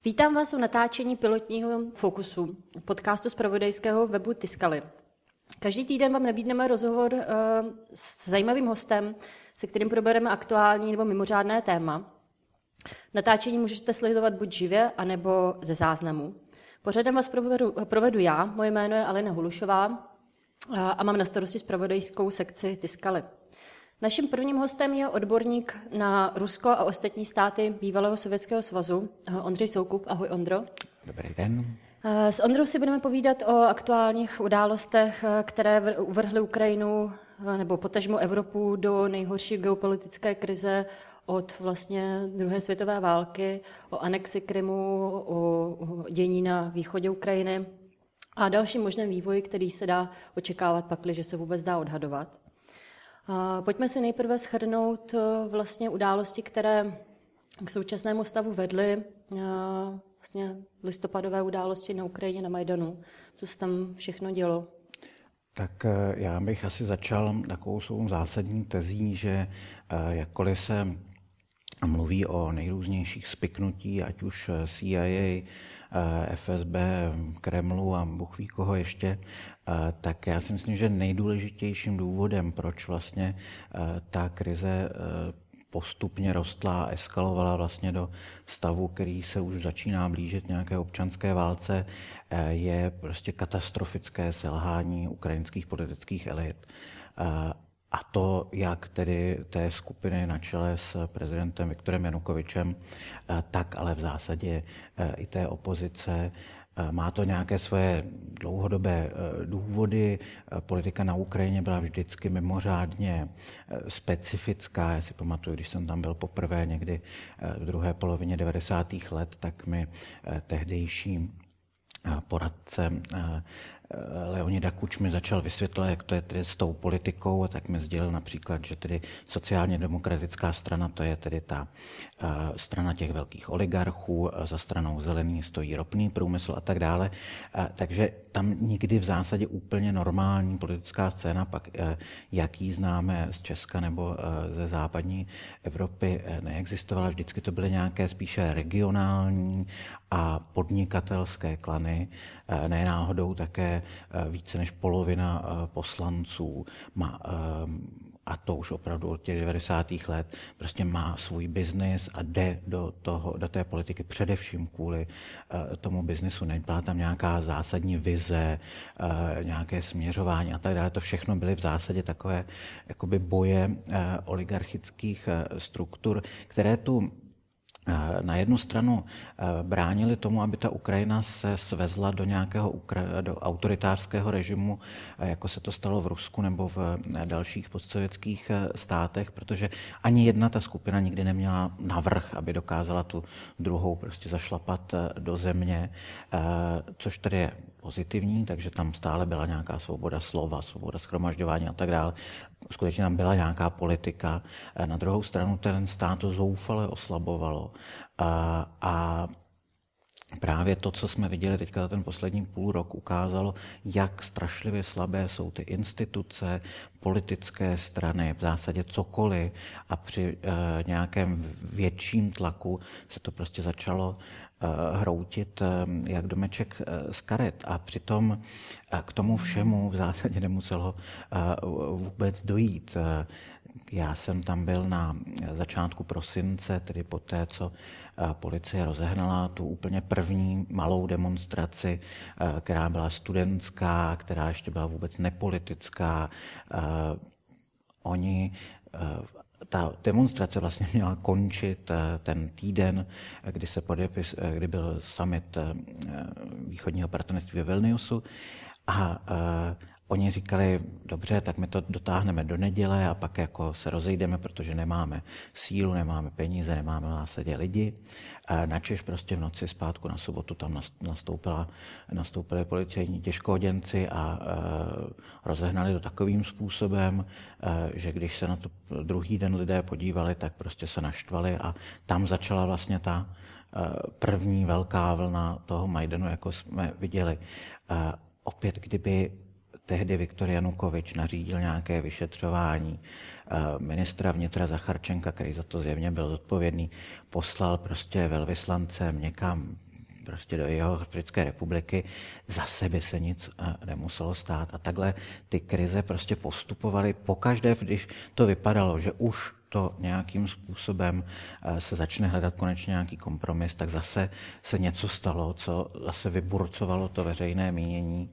Vítám vás u natáčení pilotního Fokusu, podcastu zpravodajského webu Tiskaly. Každý týden vám nabídneme rozhovor s zajímavým hostem, se kterým probereme aktuální nebo mimořádné téma. Natáčení můžete sledovat buď živě, anebo ze záznamu. Pořadem vás provedu já, moje jméno je Alena Hulušová a mám na starosti zpravodajskou sekci Tiskaly. Naším prvním hostem je odborník na Rusko a ostatní státy bývalého Sovětského svazu, Ondřej Soukup. Ahoj, Ondro. Dobrý den. S Ondrou si budeme povídat o aktuálních událostech, které uvrhly Ukrajinu nebo potažmo Evropu do nejhorší geopolitické krize od vlastně druhé světové války, o anexi Krymu, o dění na východě Ukrajiny a dalším možném vývoji, který se dá očekávat pakliže se vůbec dá odhadovat. Pojďme si nejprve shrnout vlastně události, které k současnému stavu vedly, vlastně listopadové události na Ukrajině, na Majdanu. Co se tam všechno dělo? Tak já bych asi začal takovou svou zásadní tezí, že jakkoliv se mluví o nejrůznějších spiknutí, ať už CIA, FSB, Kremlu a Bůh ví koho ještě, tak já si myslím, že nejdůležitějším důvodem, proč vlastně ta krize postupně rostla a eskalovala vlastně do stavu, který se už začíná blížit nějaké občanské válce, je prostě katastrofické selhání ukrajinských politických elit. A to, jak tedy té skupiny na čele s prezidentem Viktorem Janukovyčem, tak ale v zásadě i té opozice. Má to nějaké svoje dlouhodobé důvody. Politika na Ukrajině byla vždycky mimořádně specifická. Já si pamatuju, když jsem tam byl poprvé někdy v druhé polovině 90. let, tak mi tehdejší poradce Leonida Kučmy začal vysvětlovat, jak to je tedy s tou politikou, a tak mi sdělil například, že tedy sociálně demokratická strana, to je tedy ta strana těch velkých oligarchů, za stranou zelený stojí ropný průmysl a tak dále. Takže tam nikdy v zásadě úplně normální politická scéna, pak jak ji známe z Česka nebo ze západní Evropy, neexistovala. Vždycky to byly nějaké spíše regionální a podnikatelské klany, ne náhodou také více než polovina poslanců má, a to už opravdu od těch 90. let, prostě má svůj biznis a jde do té politiky především kvůli tomu biznisu. Nebyla tam nějaká zásadní vize, nějaké směřování a tak dále. To všechno byly v zásadě takové jakoby boje oligarchických struktur, které tu na jednu stranu bránili tomu, aby ta Ukrajina se svezla do nějakého do autoritářského režimu, jako se to stalo v Rusku nebo v dalších postsovětských státech, protože ani jedna ta skupina nikdy neměla navrch, aby dokázala tu druhou prostě zašlapat do země, což tedy je pozitivní, takže tam stále byla nějaká svoboda slova, svoboda shromažďování a tak dále. Skutečně tam byla nějaká politika. Na druhou stranu ten stát to zoufale oslabovalo. A právě to, co jsme viděli teďka za ten poslední půl rok, ukázalo, jak strašlivě slabé jsou ty instituce, politické strany, v zásadě cokoliv, a při nějakém větším tlaku se to prostě začalo hroutit jak domeček z karet. A přitom k tomu všemu v zásadě nemuselo vůbec dojít. Já jsem tam byl na začátku prosince, tedy poté, co policie rozehnala tu úplně první malou demonstraci, která byla studentská, která ještě byla vůbec nepolitická. Ta demonstrace vlastně měla končit ten týden, kdy byl summit východního partnerství ve Vilniusu, a oni říkali, dobře, tak my to dotáhneme do neděle a pak jako se rozejdeme, protože nemáme sílu, nemáme peníze, nemáme v zásadě lidi. Načež prostě v noci zpátku na sobotu tam nastoupili policejní těžkoděnci a rozehnali to takovým způsobem, že když se na to druhý den lidé podívali, tak prostě se naštvali a tam začala vlastně ta první velká vlna toho Majdanu, jako jsme viděli. Opět, kdyby tehdy Viktor Janukovyč nařídil nějaké vyšetřování, ministra vnitra Zacharčenka, který za to zjevně byl zodpovědný, poslal prostě velvyslancem někam prostě do Jihoafrické republiky, zase by se nic nemuselo stát. A takhle ty krize prostě postupovaly pokaždé, když to vypadalo, že už to nějakým způsobem se začne hledat konečně nějaký kompromis, tak zase se něco stalo, co zase vyburcovalo to veřejné mínění.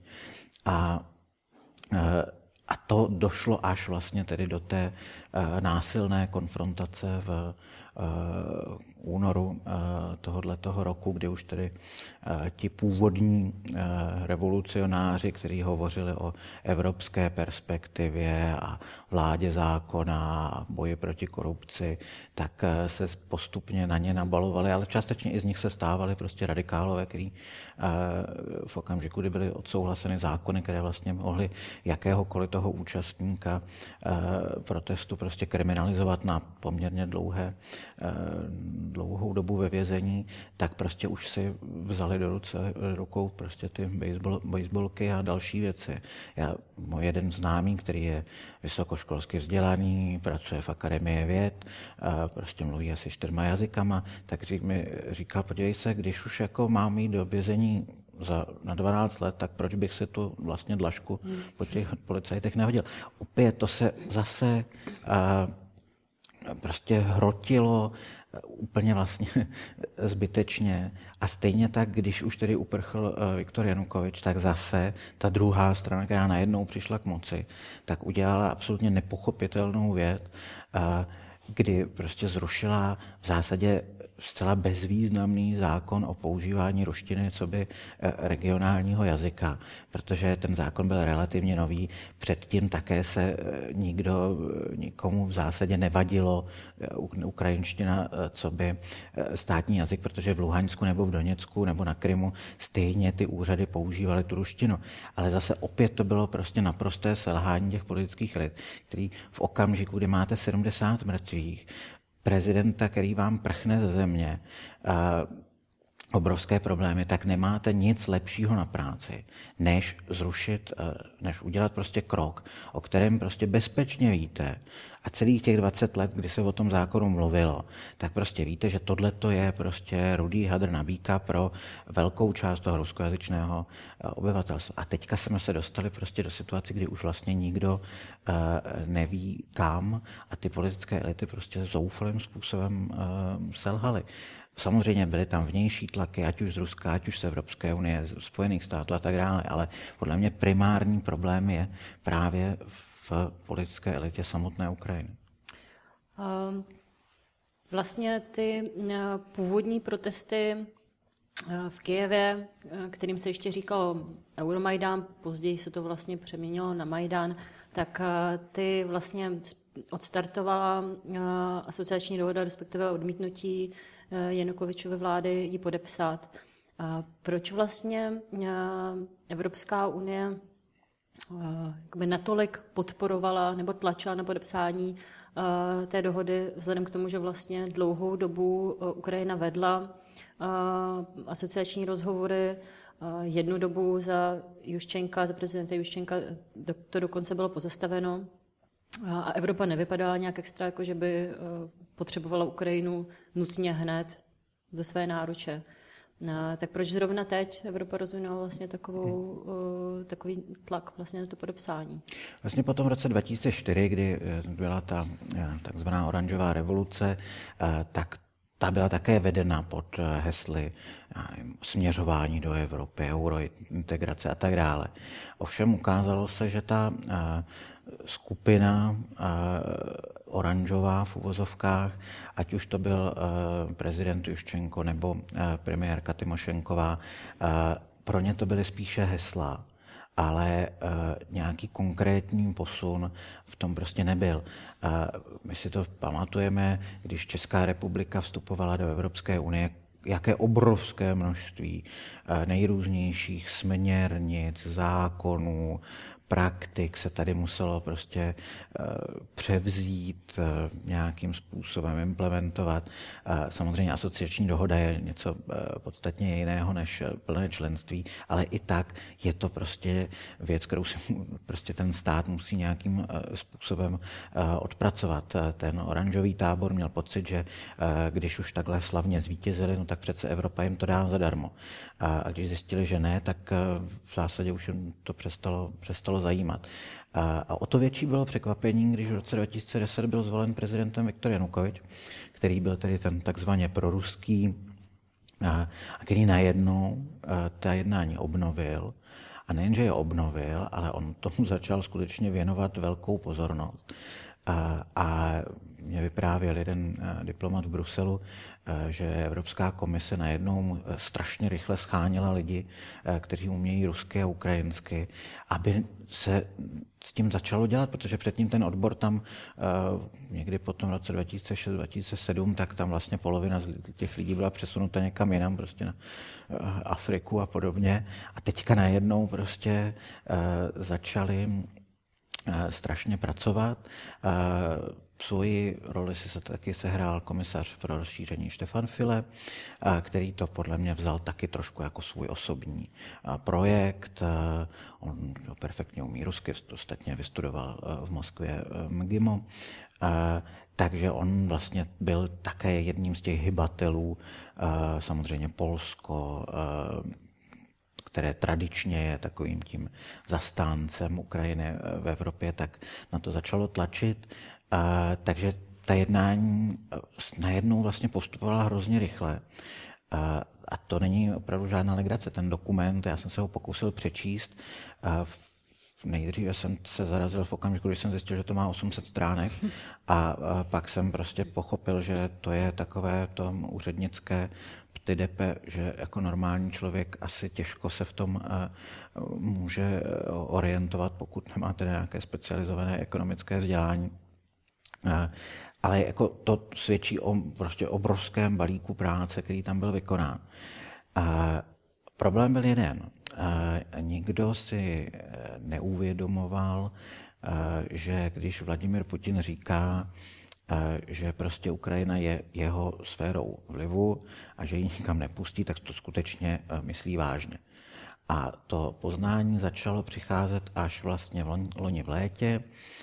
A to došlo až vlastně tedy do té násilné konfrontace v únoru tohoto roku, kdy už tedy ti původní revolucionáři, kteří hovořili o evropské perspektivě a vládě zákona a boji proti korupci, tak se postupně na ně nabalovali, ale částečně i z nich se stávali prostě radikálové, kteří v okamžiku, kdy byly odsouhlaseny zákony, které vlastně mohly jakéhokoliv toho účastníka protestu prostě kriminalizovat na poměrně dlouhou dobu ve vězení, tak prostě už si vzali do rukou prostě ty baseballky a další věci. Můj jeden známý, který je vysokoškolsky vzdělaný, pracuje v Akademii věd, prostě mluví asi 4 jazykama, tak mi říkal, podívej se, když už jako mám jít do vězení na 12 let, tak proč bych si tu vlastně dlažku po těch policajtech nehodil. Opět to se zase prostě hrotilo úplně vlastně zbytečně. A stejně tak, když už tedy uprchl Viktor Janukovič, tak zase ta druhá strana, která najednou přišla k moci, tak udělala absolutně nepochopitelnou věc, kdy prostě zrušila v zásadě zcela bezvýznamný zákon o používání ruštiny coby regionálního jazyka, protože ten zákon byl relativně nový. Předtím také se nikomu v zásadě nevadilo ukrajinština coby státní jazyk, protože v Luhansku nebo v Doněcku nebo na Krymu stejně ty úřady používaly tu ruštinu. Ale zase opět to bylo prostě naprosté selhání těch politických elit, který v okamžiku, kdy máte 70 mrtvých, prezidenta, který vám prchne ze země, obrovské problémy, tak nemáte nic lepšího na práci, než zrušit, než udělat prostě krok, o kterém prostě bezpečně víte. A celých těch 20 let, kdy se o tom zákonu mluvilo, tak prostě víte, že tohleto je prostě rudý hadr na býka pro velkou část toho ruskojazyčného obyvatelstva. A teďka jsme se dostali prostě do situace, kdy už vlastně nikdo neví kam a ty politické elity prostě zoufalým způsobem selhaly. Samozřejmě byly tam vnější tlaky, ať už z Ruska, ať už z Evropské unie, z Spojených států a tak dále, ale podle mě primární problém je právě v politické elitě samotné Ukrajiny. Vlastně ty původní protesty v Kyjevě, kterým se ještě říkalo Euromajdan, později se to vlastně přeměnilo na Majdan, tak ty vlastně odstartovala asociační dohoda, respektive odmítnutí Janukovičovy vlády ji podepsat. Proč vlastně Evropská unie natolik podporovala nebo tlačila na podepsání té dohody, vzhledem k tomu, že vlastně dlouhou dobu Ukrajina vedla asociační rozhovory, jednu dobu za prezidenta Juščenka to dokonce bylo pozastaveno a Evropa nevypadala nějak extra, jako že by potřebovala Ukrajinu nutně hned do své náruče. Tak proč zrovna teď Evropa rozvinula vlastně takový tlak vlastně na to podepsání? Vlastně po tom roce 2004, kdy byla ta takzvaná oranžová revoluce, tak ta byla také vedena pod hesly směřování do Evropy, eurointegrace a tak dále. Ovšem ukázalo se, že ta skupina oranžová v uvozovkách, ať už to byl prezident Juščenko nebo premiérka Tymošenková, pro ně to byly spíše hesla, ale nějaký konkrétní posun v tom prostě nebyl. My si to pamatujeme, když Česká republika vstupovala do Evropské unie, jaké obrovské množství nejrůznějších směrnic, zákonů, praktik se tady muselo prostě převzít, nějakým způsobem implementovat. Samozřejmě asociační dohoda je něco podstatně jiného než plné členství, ale i tak je to prostě věc, kterou si prostě ten stát musí nějakým způsobem odpracovat. Ten oranžový tábor měl pocit, že když už takhle slavně zvítězili, no tak přece Evropa jim to dá zadarmo. A když zjistili, že ne, tak v zásadě už jim to přestalo zajímat. A o to větší bylo překvapení, když v roce 2010 byl zvolen prezidentem Viktor Janukovič, který byl tedy ten takzvaně proruský, a který najednou ta jednání obnovil. A nejenže je obnovil, ale on tomu začal skutečně věnovat velkou pozornost. A mě vyprávěl jeden diplomat v Bruselu, že Evropská komise najednou strašně rychle scháněla lidi, kteří umějí rusky a ukrajinsky, aby se s tím začalo dělat, protože předtím ten odbor tam někdy po tom roce 2006-2007, tak tam vlastně polovina těch lidí byla přesunuta někam jinam, prostě na Afriku a podobně. A teďka najednou prostě začali strašně pracovat. V svoji roli se taky sehrál komisař pro rozšíření Štefan Füle, který to podle mě vzal taky trošku jako svůj osobní projekt. On perfektně umí rusky, ostatně vystudoval v Moskvě MGIMO. Takže on vlastně byl také jedním z těch hybatelů, samozřejmě Polsko, které tradičně je takovým tím zastáncem Ukrajiny v Evropě, tak na to začalo tlačit. Takže ta jednání najednou vlastně postupovala hrozně rychle. A to není opravdu žádná legrace. Ten dokument, já jsem se ho pokusil přečíst. Nejdříve jsem se zarazil v okamžiku, když jsem zjistil, že to má 800 stránek a pak jsem prostě pochopil, že to je takové to úřednické ptydepe, že jako normální člověk asi těžko se v tom může orientovat, pokud nemáte nějaké specializované ekonomické vzdělání. Ale jako to svědčí o prostě obrovském balíku práce, který tam byl vykonán. Problém byl jeden. Nikdo si neuvědomoval, že když Vladimir Putin říká, že prostě Ukrajina je jeho sférou vlivu a že ji nikam nepustí, tak to skutečně myslí vážně. A to poznání začalo přicházet až vlastně loni v létě,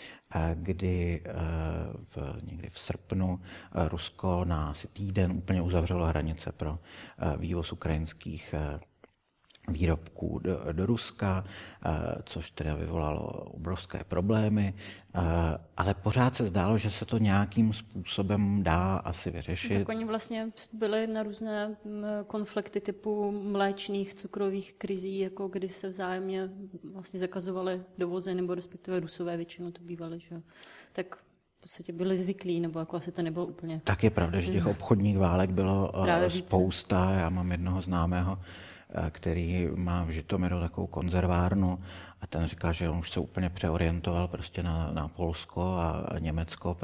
kdy někdy v srpnu Rusko na asi týden úplně uzavřelo hranice pro vývoz ukrajinských výrobků do Ruska, což teda vyvolalo obrovské problémy, ale pořád se zdálo, že se to nějakým způsobem dá asi vyřešit. Tak oni vlastně byli na různé konflikty typu mléčných, cukrových krizí, jako kdy se vzájemně vlastně zakazovaly dovozy, nebo respektive Rusové většinou to bývaly, že? Tak v podstatě byli zvyklí, nebo jako asi to nebylo úplně. Tak je pravda, že těch obchodních válek bylo spousta. Já mám jednoho známého, který má v Žitomiru takovou konzervárnu a ten říká, že on už se úplně přeorientoval prostě na Polsko a Německo,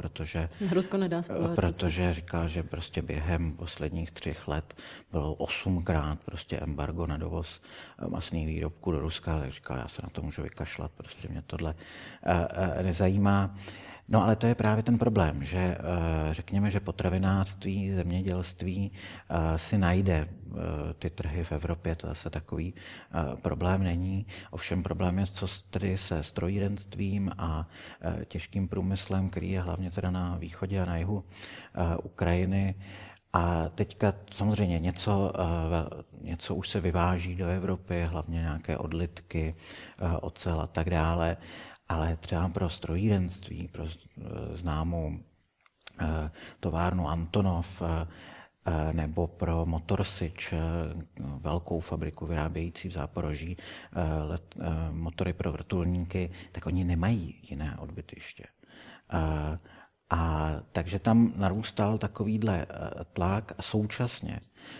protože říká, že prostě během posledních 3 let bylo 8krát prostě embargo na dovoz masných výrobků do Ruska, tak říká, já se na to můžu vykašlat, prostě mě tohle nezajímá. No ale to je právě ten problém, že řekněme, že potravinářství, zemědělství si najde ty trhy v Evropě, to zase takový problém není. Ovšem problém je, co tedy se strojírenstvím a těžkým průmyslem, který je hlavně teda na východě a na jihu Ukrajiny. A teďka samozřejmě něco už se vyváží do Evropy, hlavně nějaké odlitky, ocel a tak dále. Ale třeba pro strojírenství, pro známou továrnu Antonov nebo pro Motorsič, velkou fabriku vyrábějící v Záporoží motory pro vrtulníky, tak oni nemají jiné odbytiště. A takže tam narůstal takovýhle tlak a současně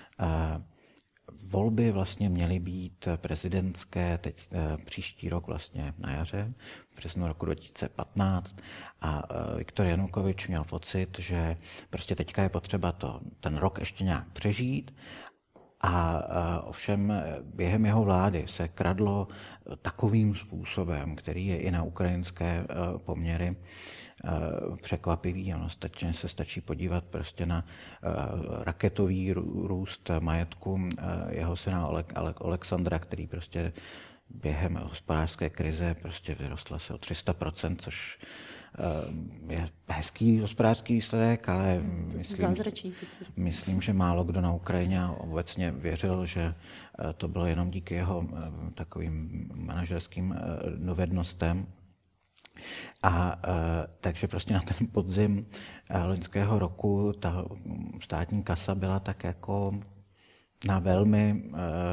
volby vlastně měly být prezidentské teď příští rok vlastně na jaře, v březnu roku 2015 a Viktor Janukovič měl pocit, že prostě teďka je potřeba ten rok ještě nějak přežít A ovšem během jeho vlády se kradlo takovým způsobem, který je i na ukrajinské poměry překvapivý. Ono se stačí podívat prostě na raketový růst majetku jeho syna Alexandra, který prostě během hospodářské krize prostě vyrostl se o 300%, což je hezký hospodářský výsledek, ale myslím, že málo kdo na Ukrajině obecně věřil, že to bylo jenom díky jeho takovým manažerským dovednostem. A takže prostě na ten podzim loňského roku ta státní kasa byla tak jako na velmi,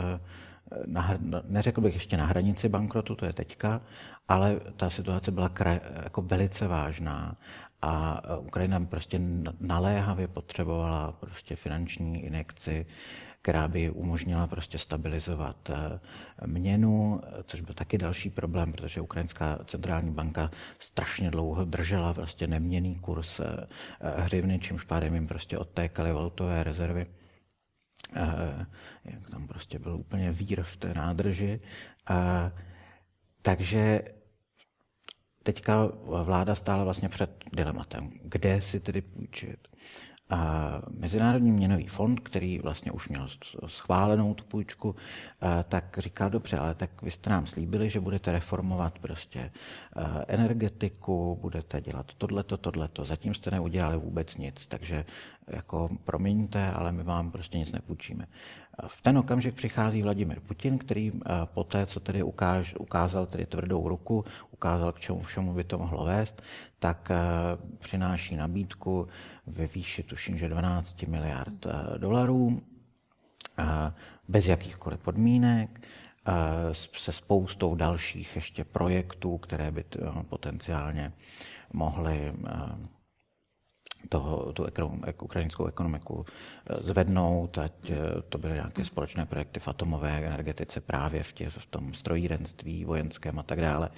neřekl bych ještě na hranici bankrotu, to je teďka, ale ta situace byla jako velice vážná a Ukrajina prostě naléhavě potřebovala prostě finanční injekci, která by umožnila prostě stabilizovat měnu, což byl taky další problém, protože ukrajinská centrální banka strašně dlouho držela prostě neměnný kurz hřivny, čímž pádem jim prostě odtékaly valutové rezervy. Jak tam prostě byl úplně vír v té nádrži. Takže teďka vláda stála vlastně před dilematem, kde si tedy půjčit. A Mezinárodní měnový fond, který vlastně už měl schválenou tu půjčku, tak říká, dobře, ale tak vy jste nám slíbili, že budete reformovat prostě energetiku, budete dělat tohleto, zatím jste neudělali vůbec nic, takže jako promiňte, ale my vám prostě nic nepůjčíme. V ten okamžik přichází Vladimír Putin, který poté, co tedy ukázal tedy tvrdou ruku, ukázal, k čemu všemu by to mohlo vést, tak přináší nabídku ve výši, tuším, že 12 miliard dolarů, bez jakýchkoliv podmínek, se spoustou dalších ještě projektů, které by potenciálně mohly tu ukrajinskou ekonomiku zvednout, ať to byly nějaké společné projekty v atomové energetice právě v tom strojírenství vojenském a tak dále.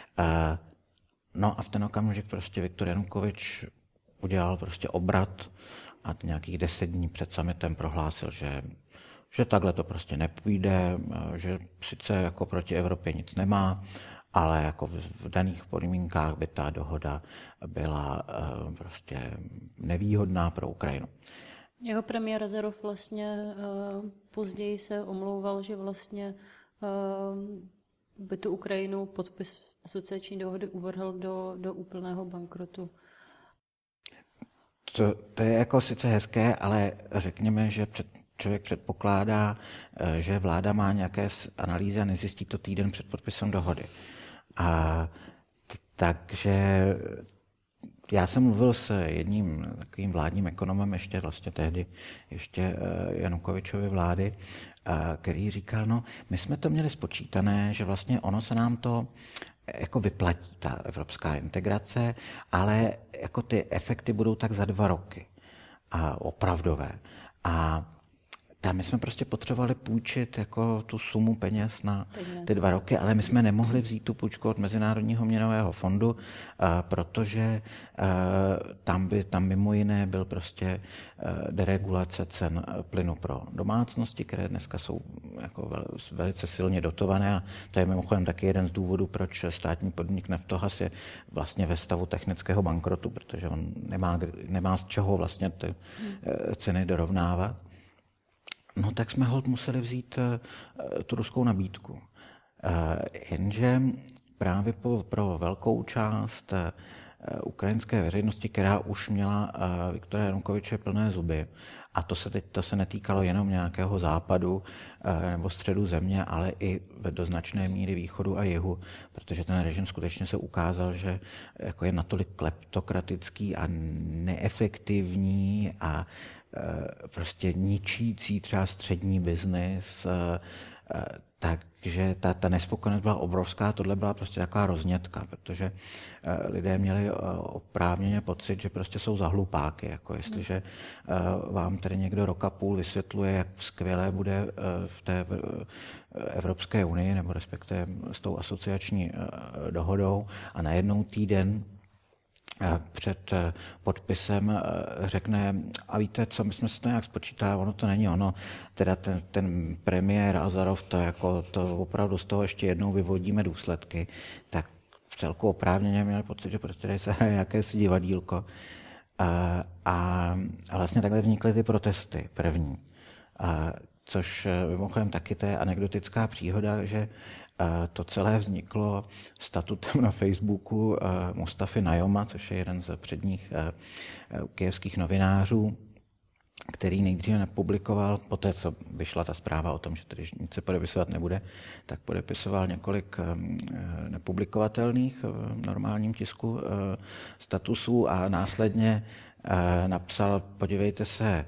No a v ten okamžik prostě Viktor Janukovyč udělal prostě obrat a nějakých 10 dní před summitem prohlásil, že takhle to prostě nepůjde, že sice jako proti Evropě nic nemá, ale jako v daných podmínkách by ta dohoda byla prostě nevýhodná pro Ukrajinu. Jeho premiér Azarov vlastně později se omlouval, že vlastně by tu Ukrajinu podpis asociační dohody uvrhl do úplného bankrotu. To je jako sice hezké, ale řekněme, že člověk předpokládá, že vláda má nějaké analýzy a nezjistí to týden před podpisem dohody. Takže já jsem mluvil s jedním takovým vládním ekonomem ještě vlastně tehdy, ještě Janukovyčovy vlády, který říkal, no my jsme to měli spočítané, že vlastně ono se nám to jako vyplatí, ta evropská integrace, ale jako ty efekty budou tak za 2 roky a opravdové. A tam my jsme prostě potřebovali půjčit jako tu sumu peněz na ty 2 roky, ale my jsme nemohli vzít tu půjčku od Mezinárodního měnového fondu, protože tam mimo jiné byl prostě deregulace cen plynu pro domácnosti, které dneska jsou jako velice silně dotované a to je mimochodem taky jeden z důvodů, proč státní podnik Neftohaz je vlastně ve stavu technického bankrotu, protože on nemá z čeho vlastně ty ceny dorovnávat. No tak jsme holt museli vzít tu ruskou nabídku. Jenže právě pro velkou část ukrajinské veřejnosti, která už měla Viktora Janukovyče plné zuby, a to se netýkalo jenom nějakého západu nebo středu země, ale i do značné míry východu a jihu, protože ten režim skutečně se ukázal, že jako je natolik kleptokratický a neefektivní a prostě ničící třeba střední biznis, takže ta nespokojenost byla obrovská, tohle byla prostě taková roznětka, protože lidé měli oprávněně pocit, že prostě jsou za hlupáky, jako jestliže vám tedy někdo rok a půl vysvětluje, jak skvělé bude v té Evropské unii, nebo respektive s tou asociační dohodou a najednou týden před podpisem řekne, a víte co, my jsme si to nějak spočítali, ono to není ono, teda ten premiér Azarov, to opravdu z toho ještě jednou vyvodíme důsledky, tak v celku oprávněně měli pocit, že prostě tady se hraje jakési divadýlko. A vlastně takhle vznikly ty protesty první. Což mimochodem taky to je anekdotická příhoda, že to celé vzniklo statutem na Facebooku Mustafy Najoma, což je jeden z předních kyjevských novinářů, který nejdříve nepublikoval, poté co vyšla ta zpráva o tom, že tedy nic se podepisovat nebude, tak podepisoval několik nepublikovatelných v normálním tisku statusů a následně napsal, podívejte se,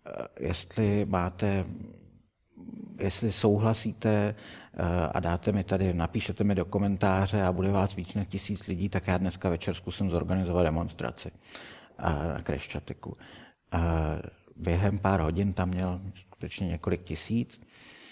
jestli souhlasíte a dáte mi tady, napíšete mi do komentáře a bude vás víc než 1000 lidí, tak já dneska večer zkusím zorganizovat demonstraci na Chreščatyku. Během pár hodin tam měl skutečně několik tisíc,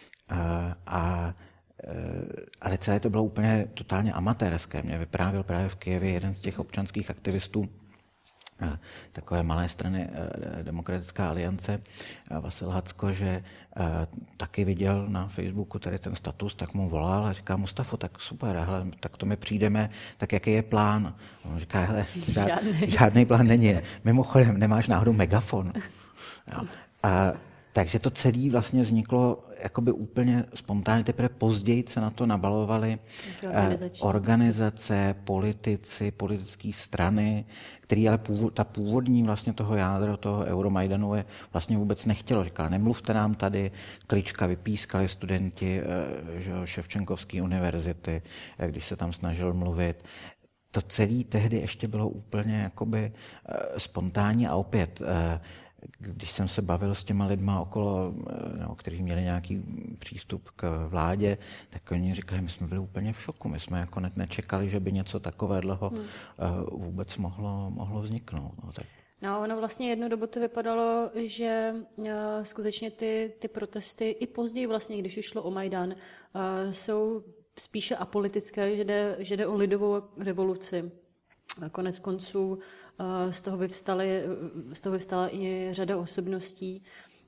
ale celé to bylo úplně totálně amatérské. Mě vyprávěl právě v Kyjevě jeden z těch občanských aktivistů takové malé strany Demokratická aliance, Vasil Hacko, že taky viděl na Facebooku tady ten status, tak mu volal a říká, Mustafo, tak super, hele, tak to my přijdeme, tak jaký je plán? A on říká, hele, žádný plán není. Mimochodem, nemáš náhodou megafon. Jo. Takže to celé vlastně vzniklo jakoby úplně spontánně, teprve později se na to nabalovaly organizace, politici, politické strany, který ale ta původní vlastně toho jádra, toho Euromajdanu je vlastně vůbec nechtělo. Říkal, nemluvte nám tady, klička vypískali studenti Ševčenkovské univerzity, když se tam snažil mluvit. To celé tehdy ještě bylo úplně jakoby spontánní a opět když jsem se bavil s těma lidma okolo, kteří měli nějaký přístup k vládě, tak oni říkali, my jsme byli úplně v šoku. My jsme jako nečekali, že by něco takového vůbec mohlo vzniknout. No, tak. No, ono vlastně jednu dobu to vypadalo, že skutečně ty protesty i později vlastně, když už šlo o Majdan, jsou spíše apolitické, že jde o lidovou revoluci. A konec konců z toho vyvstala i řada osobností,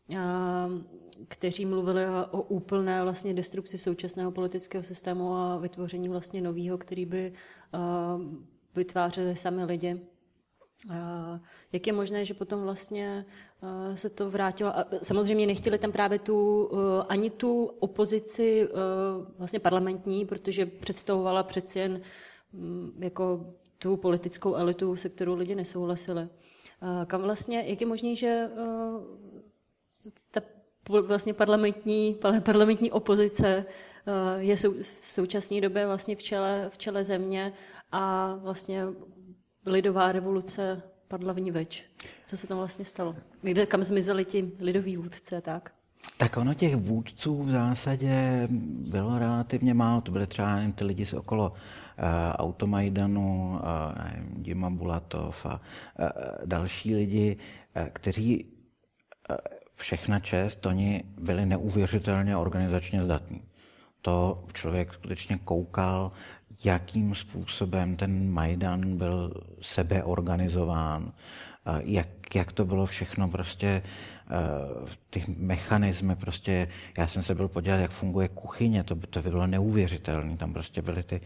kteří mluvili o úplné vlastně destrukci současného politického systému a vytvoření vlastně nového, který by vytvářeli sami lidi. Jak je možné, že potom vlastně se to vrátilo? A samozřejmě nechtěli tam právě ani tu opozici vlastně parlamentní, protože představovala přeci jen jako tu politickou elitu, se kterou lidi nesouhlasili. Kam vlastně, jak je možné, že ta vlastně parlamentní opozice je v současné době vlastně v čele země a vlastně lidová revoluce padla vniveč. Co se tam vlastně stalo? Kam zmizeli ti lidoví vůdce, tak? Tak ono těch vůdců v zásadě bylo relativně málo. To byly třeba ty lidi z okolo Automajdanu, Dima Bulatov a další lidi, kteří všechna čest, oni byli neuvěřitelně organizačně zdatní. To člověk skutečně koukal, jakým způsobem ten Majdan byl sebeorganizován, jak to bylo všechno prostě, ty mechanismy prostě, já jsem se byl podívat, jak funguje kuchyně, to by bylo neuvěřitelné, tam prostě byly ty,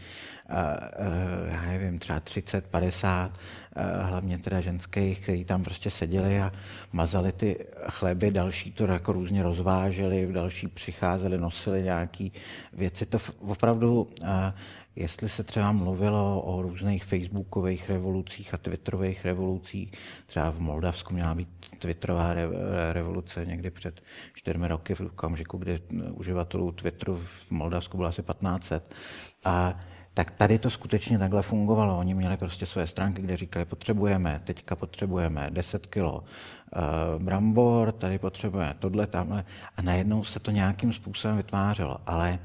já nevím, třeba 30, 50, hlavně teda ženských, kteří tam prostě seděli a mazali ty chleby, další to jako různě rozváželi, další přicházeli, nosili nějaké věci, to opravdu. Jestli se třeba mluvilo o různých facebookových revolucích a twitterových revolucích, třeba v Moldavsku měla být twitterová revoluce někdy před 4 roky v okamžiku, kdy uživatelů Twitteru v Moldavsku bylo asi 1500. A tak tady to skutečně takhle fungovalo. Oni měli prostě své stránky, kde říkali, teďka potřebujeme 10 kilo brambor, tady potřebujeme tohle, tamhle. A najednou se to nějakým způsobem vytvářelo. Ale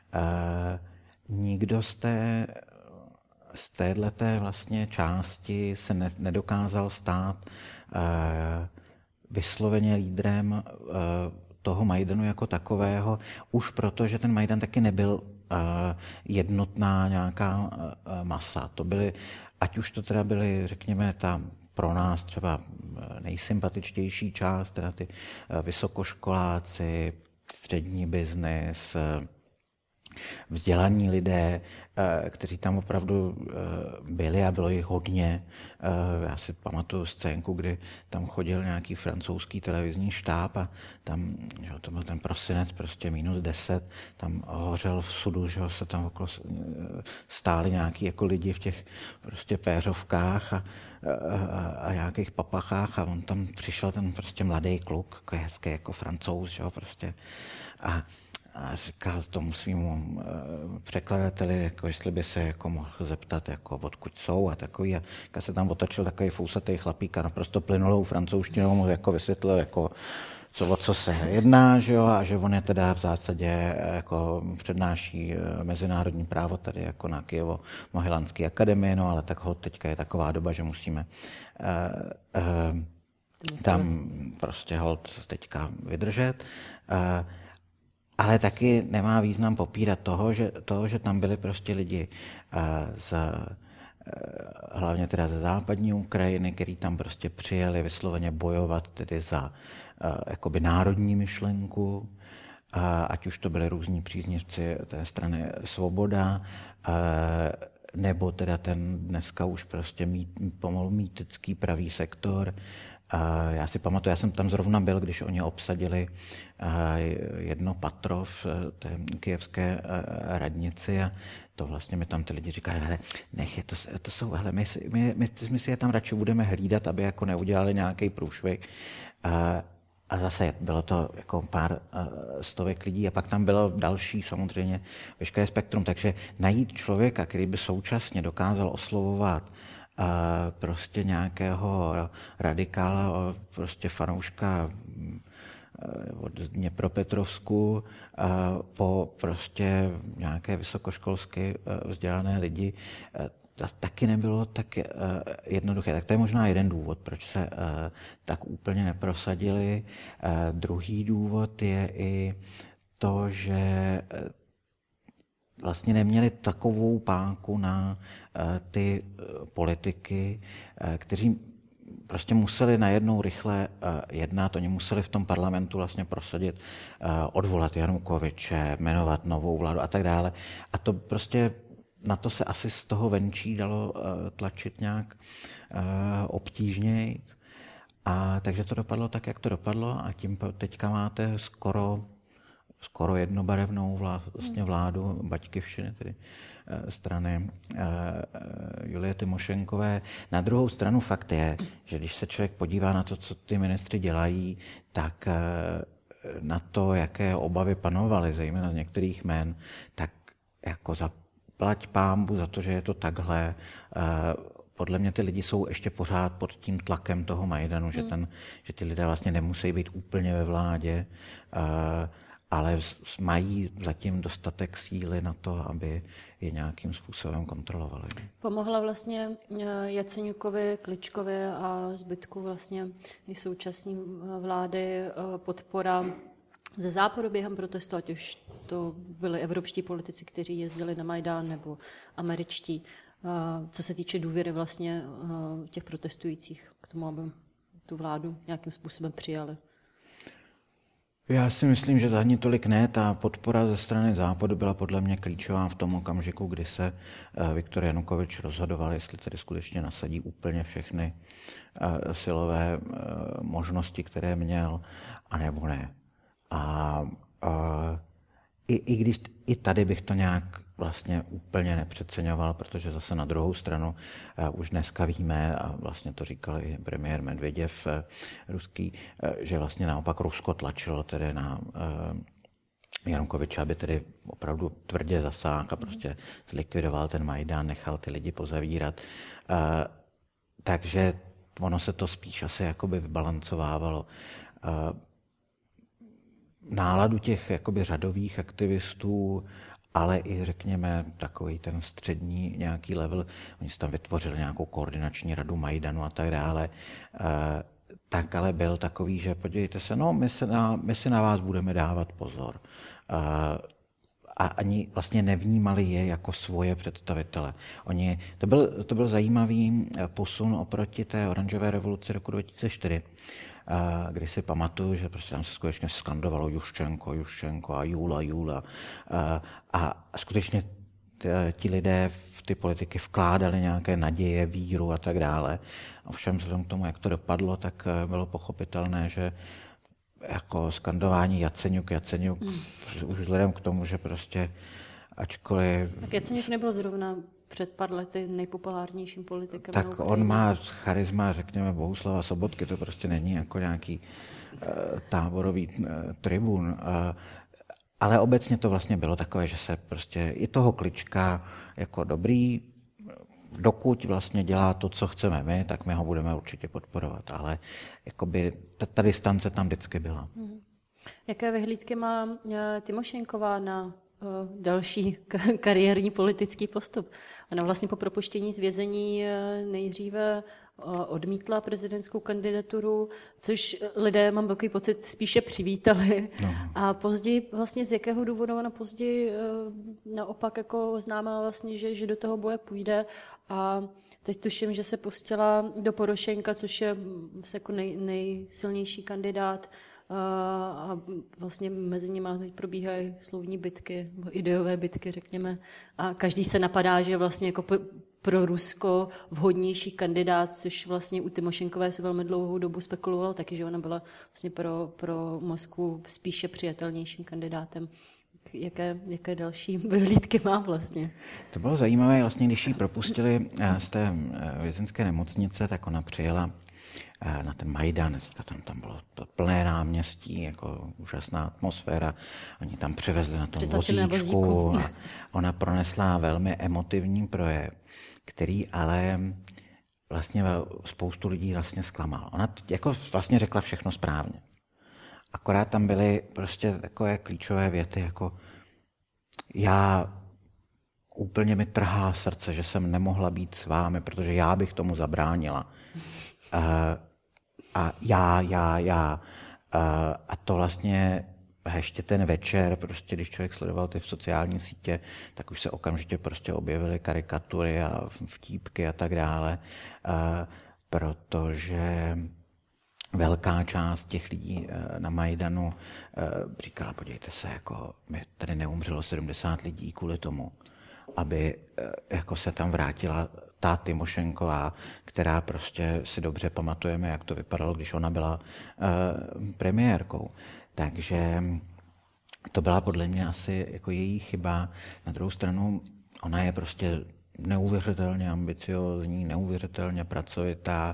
nikdo z téhleté vlastně části se nedokázal stát vysloveně lídrem toho Majdanu jako takového, už proto, že ten Majdan taky nebyl jednotná nějaká masa. To byly ať už to teda byly, řekněme, ta pro nás třeba nejsympatičtější část, teda ty vysokoškoláci, střední biznis, vzdělaní lidé, kteří tam opravdu byli a bylo jich hodně. Já si pamatuju scénku, kdy tam chodil nějaký francouzský televizní štáb a tam, že to byl ten prosinec, prostě -10, tam hořel v sudu, že se tam okolo stáli nějaký jako lidi v těch prostě péřovkách a nějakých papachách a on tam přišel ten prostě mladý kluk, jako hezký jako Francouz, že jo, prostě a říkal tomu svýmu překladateli, jako jestli by se jako mohl zeptat, jako odkud jsou a takový. A se tam otočil takový fousatý chlapík a naprosto plynulou francouzštinou mu jako vysvětlil, jako o co se jedná, že jo, a že on je teda v zásadě jako přednáší mezinárodní právo tady jako na Kyjevo-Mohylanské akademii, no ale tak teďka je taková doba, že musíme tam prostě holt teďka vydržet. Ale taky nemá význam popírat toho, že tam byli prostě lidi hlavně teda ze západní Ukrajiny, kteří tam prostě přijeli vysloveně bojovat tedy za jakoby národní myšlenku, ať už to byli různí příznivci té strany Svoboda, nebo teda ten dneska už prostě pomalu mýtický pravý sektor. Já si pamatuju, já jsem tam zrovna byl, když oni obsadili jedno patro v té kyjevské radnici a to vlastně mi tam ty lidi říkali, hele, nech, to jsou, hele, my si je tam radši budeme hlídat, aby jako neudělali nějaký průšvih. A zase bylo to jako pár stovek lidí a pak tam bylo další samozřejmě veškeré spektrum, takže najít člověka, který by současně dokázal oslovovat prostě nějakého radikála, prostě fanouška od Dněpropetrovsku po prostě nějaké vysokoškolsky vzdělané lidi, taky nebylo tak jednoduché. Tak to je možná jeden důvod, proč se tak úplně neprosadili. Druhý důvod je i to, že vlastně neměli takovou páku na ty politiky, kteří prostě museli najednou rychle jednat, oni museli v tom parlamentu vlastně prosadit, odvolat Janukovyče, jmenovat novou vládu a tak dále. A to prostě na to se asi z toho venčí dalo tlačit nějak obtížněji. A takže to dopadlo tak, jak to dopadlo a tím teďka máte skoro jednobarevnou vlastně vládu Baťkivšiny, tedy strany Julie Tymošenkové. Na druhou stranu fakt je, že když se člověk podívá na to, co ty ministři dělají, tak na to, jaké obavy panovaly, zejména z některých jmen, tak jako zaplať pánbu za to, že je to takhle. Podle mě ty lidi jsou ještě pořád pod tím tlakem toho Majdanu, že ty lidé vlastně nemusí být úplně ve vládě, ale mají zatím dostatek síly na to, aby je nějakým způsobem kontrolovali. Pomohla vlastně Jaceňukovi, Kličkovi a zbytku vlastně i současné vlády podpora ze západu během protestu, ať už to byli evropští politici, kteří jezdili na Majdán, nebo američtí, co se týče důvěry vlastně těch protestujících k tomu, aby tu vládu nějakým způsobem přijali. Já si myslím, že ani tolik ne. Ta podpora ze strany západu byla podle mě klíčová v tom okamžiku, kdy se Viktor Janukovyč rozhodoval, jestli tedy skutečně nasadí úplně všechny silové možnosti, které měl, anebo ne. I když i tady bych to nějak vlastně úplně nepřeceňoval, protože zase na druhou stranu už dneska víme, a vlastně to říkal i premiér Medvěděv ruský, že vlastně naopak Rusko tlačilo tedy na Janukovyče, aby tedy opravdu tvrdě zasáhl a prostě zlikvidoval ten Majdán, nechal ty lidi pozavírat. Takže ono se to spíš asi jakoby vybalancovávalo. Náladu těch jakoby řadových aktivistů, ale i řekněme takový ten střední nějaký level, oni si tam vytvořili nějakou koordinační radu Majdanu a tak dále, tak ale byl takový, že podívejte se, no my si na vás budeme dávat pozor. a ani vlastně nevnímali je jako svoje představitele. To byl zajímavý posun oproti té oranžové revoluci roku 2004, kdy si pamatuju, že prostě tam se skutečně skandovalo Juščenko a Jula. A skutečně ti lidé v ty politiky vkládali nějaké naděje, víru a tak dále. Ovšem vzhledem k tomu, jak to dopadlo, tak bylo pochopitelné, že jako skandování Jaceňuk, už vzhledem k tomu, že prostě ačkoliv... Tak Jaceňuk nebyl zrovna před pár lety nejpopulárnějším politikem. Tak on má charisma, řekněme, Bohuslava Sobotky, to prostě není jako nějaký táborový tribun. Ale obecně to vlastně bylo takové, že se prostě i toho Klička jako dobrý, dokud vlastně dělá to, co chceme my, tak my ho budeme určitě podporovat. Ale jakoby ta distance tam vždycky byla. Jaké vyhlídky má Tymošenková na další kariérní politický postup? Ona vlastně po propuštění z vězení nejdříve odmítla prezidentskou kandidaturu, což lidé, mám takový pocit, spíše přivítali. No. A později, vlastně z jakého důvodu ona později naopak jako oznámila vlastně, že do toho boje půjde a teď tuším, že se pustila do Porošenka, což je jako nejsilnější kandidát a vlastně mezi nimi teď probíhají slovní bitky, ideové bitky, řekněme. A každý se napadá, že je vlastně jako pro Rusko vhodnější kandidát, což vlastně u Tymošenkové se velmi dlouhou dobu spekuloval taky, že ona byla vlastně pro Moskvu spíše přijatelnějším kandidátem. Jaké další vyhlídky má vlastně? To bylo zajímavé, vlastně když ji propustili z té vězeňské nemocnice, tak ona přijela na ten Majdan, tam bylo plné náměstí, jako úžasná atmosféra. Oni tam přivezli na tom vozíčku a ona pronesla velmi emotivní projev, který ale vlastně spoustu lidí vlastně zklamal. Ona jako vlastně řekla všechno správně. Akorát tam byly prostě takové klíčové věty, jako úplně mi trhá srdce, že jsem nemohla být s vámi, protože já bych tomu zabránila. A já. A to vlastně ještě ten večer, prostě když člověk sledoval ty v sociální sítě, tak už se okamžitě prostě objevily karikatury a vtípky a tak dále, protože velká část těch lidí na Majdanu říkala, podívejte se, jako tady neumřelo 70 lidí kvůli tomu, aby jako se tam vrátila ta Tymošenková, která prostě si dobře pamatujeme, jak to vypadalo, když ona byla premiérkou. Takže to byla podle mě asi jako její chyba. Na druhou stranu, ona je prostě neuvěřitelně ambiciózní, neuvěřitelně pracovitá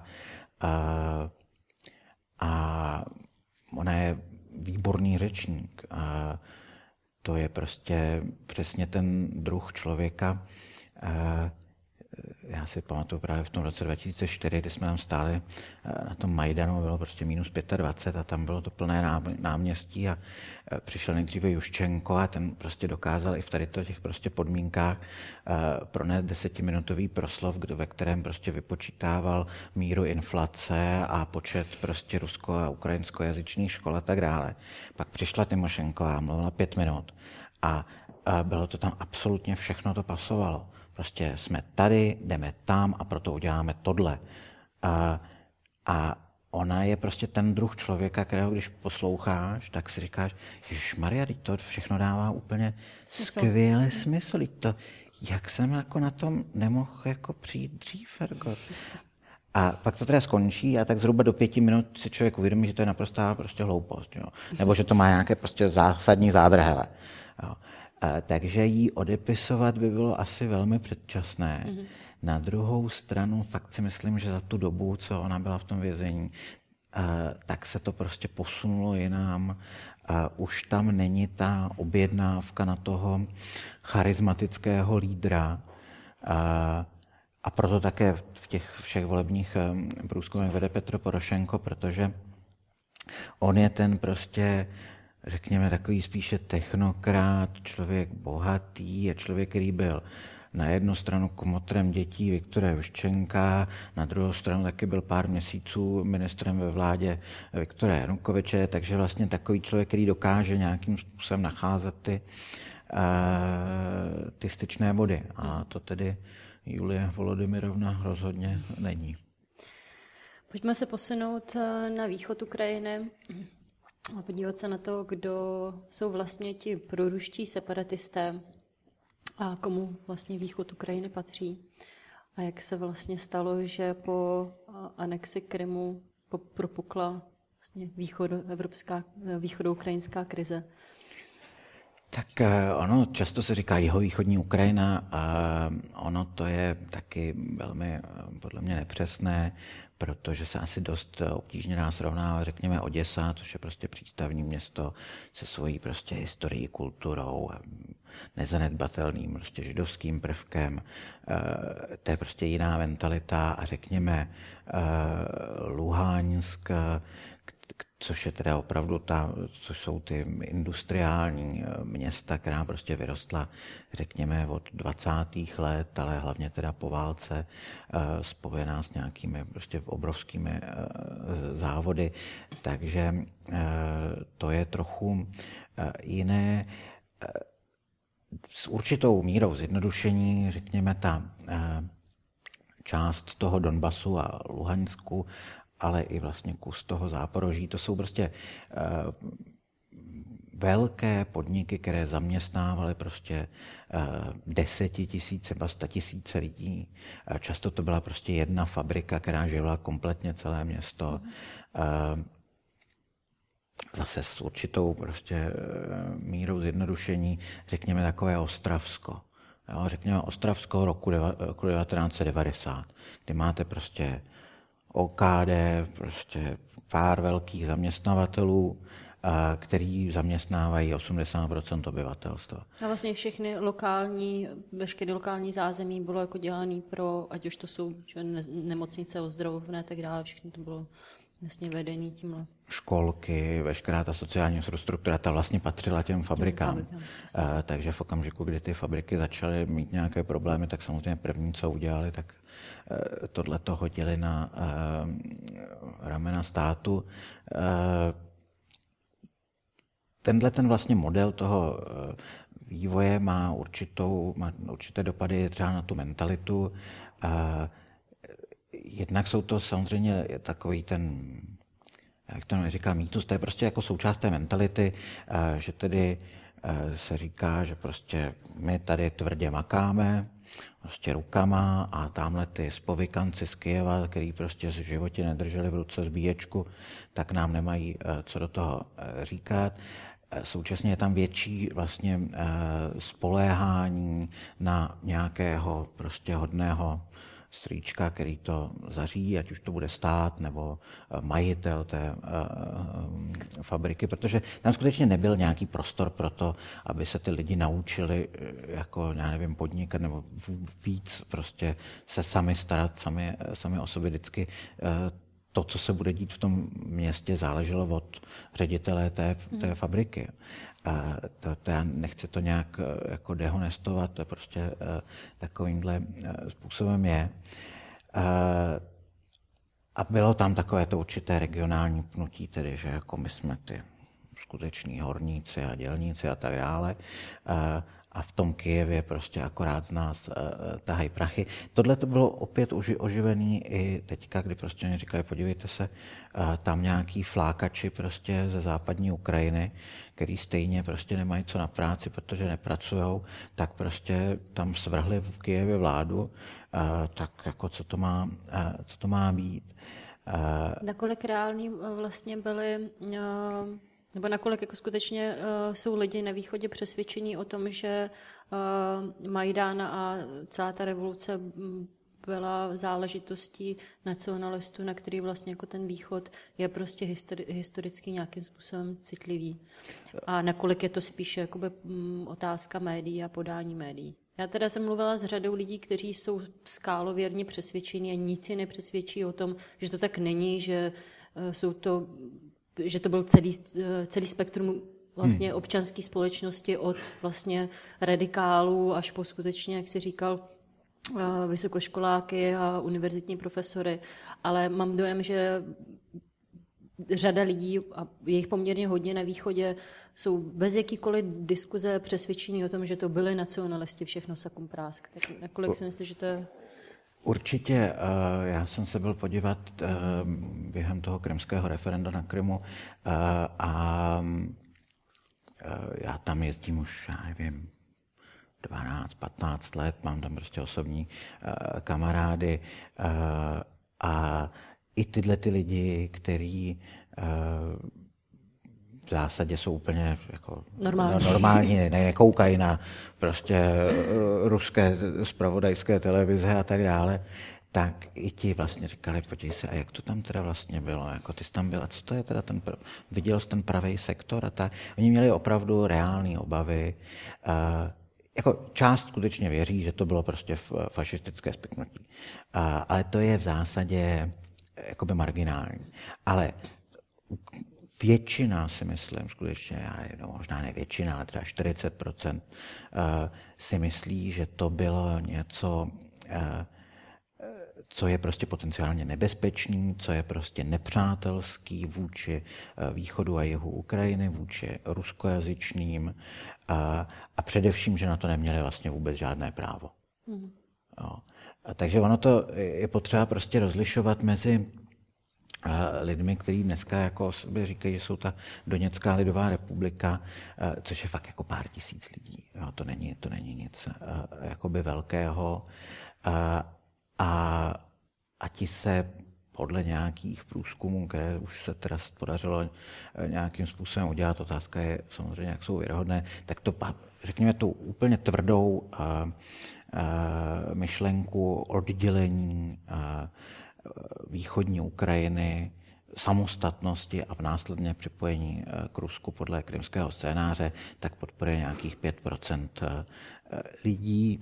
a ona je výborný řečník. A to je prostě přesně ten druh člověka. Já si pamatuju právě v tom roce 2004, kdy jsme tam stáli na tom Majdanu, bylo prostě minus 25 a tam bylo to plné náměstí a přišel nejdříve Juščenko a ten prostě dokázal i v tady těch prostě podmínkách pronést 10minutový proslov, ve kterém prostě vypočítával míru inflace a počet prostě rusko- a ukrajinskojazyčných škol a tak dále. Pak přišla Tymošenková, mluvila 5 minut a bylo to tam absolutně všechno, to pasovalo. Prostě jsme tady, jdeme tam a proto uděláme tohle. A ona je prostě ten druh člověka, kterého když posloucháš, tak si říkáš, ježišmarja, to všechno dává úplně skvělý smysl. Jak jsem jako na tom nemohl jako přijít dřív, Ergo. A pak to teda skončí a tak zhruba do 5 minut si člověk uvědomí, že to je naprostá prostě hloupost. Jo? Nebo že to má nějaké prostě zásadní zádrhele. Jo? Takže jí odepisovat by bylo asi velmi předčasné. Mm-hmm. Na druhou stranu fakt si myslím, že za tu dobu, co ona byla v tom vězení, tak se to prostě posunulo jinam. Už tam není ta objednávka na toho charismatického lídra. A proto také v těch všech volebních průzkumech vede Petro Porošenko, protože on je ten prostě, řekněme, takový spíše technokrat, člověk bohatý a člověk, který byl na jednu stranu komotrem dětí Viktora Juščenka, na druhou stranu taky byl pár měsíců ministrem ve vládě Viktora Janukovyče, takže vlastně takový člověk, který dokáže nějakým způsobem nacházet ty ty styčné body. A to tedy Julie Volodymyrovna rozhodně není. Pojďme se posunout na východ Ukrajiny a podívat se na to, kdo jsou vlastně ti proruští separatisté a komu vlastně východ Ukrajiny patří. A jak se vlastně stalo, že po anexi Krymu propukla vlastně východoukrajinská krize. Tak ono často se říká jihovýchodní Ukrajina a ono to je taky velmi podle mě nepřesné, protože se asi dost obtížně dá srovnávat, řekněme, Oděsa, což je prostě přístavní město se svojí prostě historií, kulturou, nezanedbatelným prostě židovským prvkem. To je prostě jiná mentalita a řekněme Luhansk, což je teda opravdu což jsou ty industriální města, která prostě vyrostla, řekněme, od 20. let, ale hlavně teda po válce, spojená s nějakými prostě obrovskými závody. Takže to je trochu jiné. S určitou mírou zjednodušení, řekněme, ta část toho Donbasu a Luhansku, ale i vlastně kus toho Záporoží. To jsou prostě velké podniky, které zaměstnávaly prostě 10 000, třeba 100 000 lidí. Často to byla prostě jedna fabrika, která živila kompletně celé město. Zase s určitou prostě mírou zjednodušení, řekněme takové Ostravsko. Jo, řekněme Ostravsko roku 1990, kdy máte prostě OKD, prostě pár velkých zaměstnavatelů, který zaměstnávají 80% obyvatelstva. A vlastně veškeré lokální zázemí bylo jako dělané pro, ať už to jsou nemocnice, ozdravovné a tak dále, všechno to bylo vlastně vedený tímhle. Školky, veškerá ta sociální infrastruktura, ta vlastně patřila těm fabrikám. Takže v okamžiku, kdy ty fabriky začaly mít nějaké problémy, tak samozřejmě první, co udělali, tak tohleto hodili na ramena státu. Ten vlastně model toho vývoje má určité dopady třeba na tu mentalitu. Jednak jsou to samozřejmě takový ten, jak to říká, mýtus, to je prostě jako součást té mentality, že tedy se říká, že prostě my tady tvrdě makáme, prostě rukama a tamhle ty spovykanci z Kyjeva, který prostě v životě nedrželi v ruce zbíječku, tak nám nemají co do toho říkat. Současně je tam větší vlastně spoléhání na nějakého prostě hodného strýčka, který to zařídí, ať už to bude stát nebo majitel té fabriky, protože tam skutečně nebyl nějaký prostor pro to, aby se ty lidi naučili jako, já nevím, podnikat nebo víc prostě se sami starat, sami o sobě. Vždycky to, co se bude dít v tom městě, záleželo od ředitele té fabriky. To já nechci to nějak jako dehonestovat, to prostě takovýmhle způsobem je. A bylo tam takové to určité regionální pnutí, tedy, že jako my jsme ty skuteční horníci a dělníci a tak dále. A v tom Kyjevě prostě akorát z nás tahají prachy. Tohle to bylo opět oživený i teďka, kdy prostě oni říkali, podívejte se, tam nějaký flákači prostě ze západní Ukrajiny, který stejně prostě nemají co na práci, protože nepracujou, tak prostě tam svrhli v Kyjevě vládu, tak jako co to má být. Nakolik reální vlastně byly nebo nakolik jako skutečně jsou lidi na východě přesvědčení o tom, že Majdan a celá ta revoluce byla záležitostí nacionalistů, na který vlastně jako ten východ je prostě historicky nějakým způsobem citlivý. A nakolik je to spíše jakoby otázka médií a podání médií. Já teda jsem mluvila s řadou lidí, kteří jsou skálověrně přesvědčení a nic si nepřesvědčí o tom, že to tak není, že to byl celý spektrum vlastně občanské společnosti od vlastně radikálů až po skutečně, jak jsi říkal, vysokoškoláky a univerzitní profesory. Ale mám dojem, že řada lidí, a je jich poměrně hodně na východě, jsou bez jakýkoliv diskuze přesvědčení o tom, že to byli nacionalisti, všechno sakum prásk. Tak nakolik si myslíš, že to je... Určitě. Já jsem se byl podívat během toho krymského referenda na Krymu a já tam jezdím už, já nevím, 12-15 let, mám tam prostě osobní kamarády a i tyhle ty lidi, kteří v zásadě jsou úplně jako normální, nekoukají na prostě ruské zpravodajské televize a tak dále, tak i ti vlastně říkali, podívej se, a jak to tam teda vlastně bylo, jako ty jsi tam byl, a co to je teda viděl jsi ten pravý sektor a tak. Oni měli opravdu reální obavy. Jako část skutečně věří, že to bylo prostě fašistické spiknutí. Ale to je v zásadě jakoby marginální. Ale většina, si myslím, skutečně, možná ne většina, ale třeba 40% si myslí, že to bylo něco, co je prostě potenciálně nebezpečný, co je prostě nepřátelský vůči východu a jihu Ukrajiny, vůči ruskojazyčným a především, že na to neměli vlastně vůbec žádné právo. Jo. Takže ono to je potřeba prostě rozlišovat mezi lidmi, kteří dneska jako sobě říkají, že jsou ta Doněcká lidová republika, což je fakt jako pár tisíc lidí. Jo, to není nic jakoby velkého. A ti se podle nějakých průzkumů, které už se teda podařilo nějakým způsobem udělat, otázka je samozřejmě, jak jsou věrohodné, tak to, řekněme, tu úplně tvrdou myšlenku oddělení východní Ukrajiny, samostatnosti a následně připojení k Rusku podle krymského scénáře, tak podporuje nějakých 5% lidí.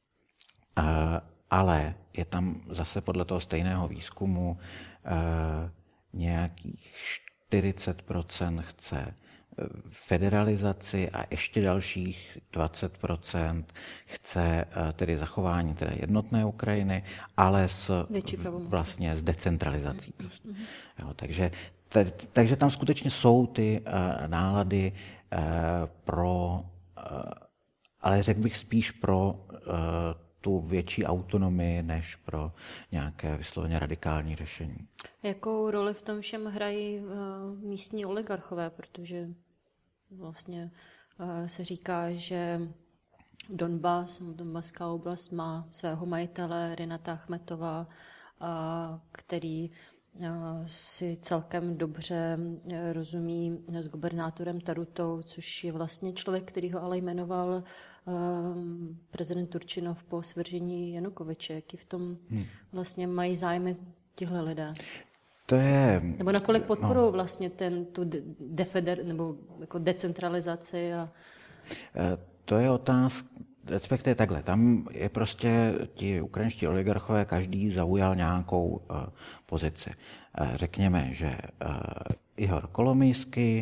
Ale je tam zase podle toho stejného výzkumu nějakých 40% chce federalizaci a ještě dalších 20% chce tedy zachování teda jednotné Ukrajiny, ale vlastně s decentralizací. Prostě. Jo, takže tam skutečně jsou ty nálady pro, ale řekl bych spíš pro tu větší autonomii než pro nějaké vysloveně radikální řešení. Jakou roli v tom všem hrají místní oligarchové, protože vlastně se říká, že Donbaská oblast má svého majitele Rinata Achmetova, který si celkem dobře rozumí s gubernátorem Tarutou, což je vlastně člověk, který ho ale jmenoval prezident Turčinov po svržení Janukovyče. Jaký v tom vlastně mají zájmy tihle lidé? To je... Nebo nakolik podporují vlastně tu nebo jako decentralizaci? To je otázka, respektive takhle. Tam je prostě ti ukrajinští oligarchové, každý zaujal nějakou pozici. Řekněme, že Ihor Kolomýský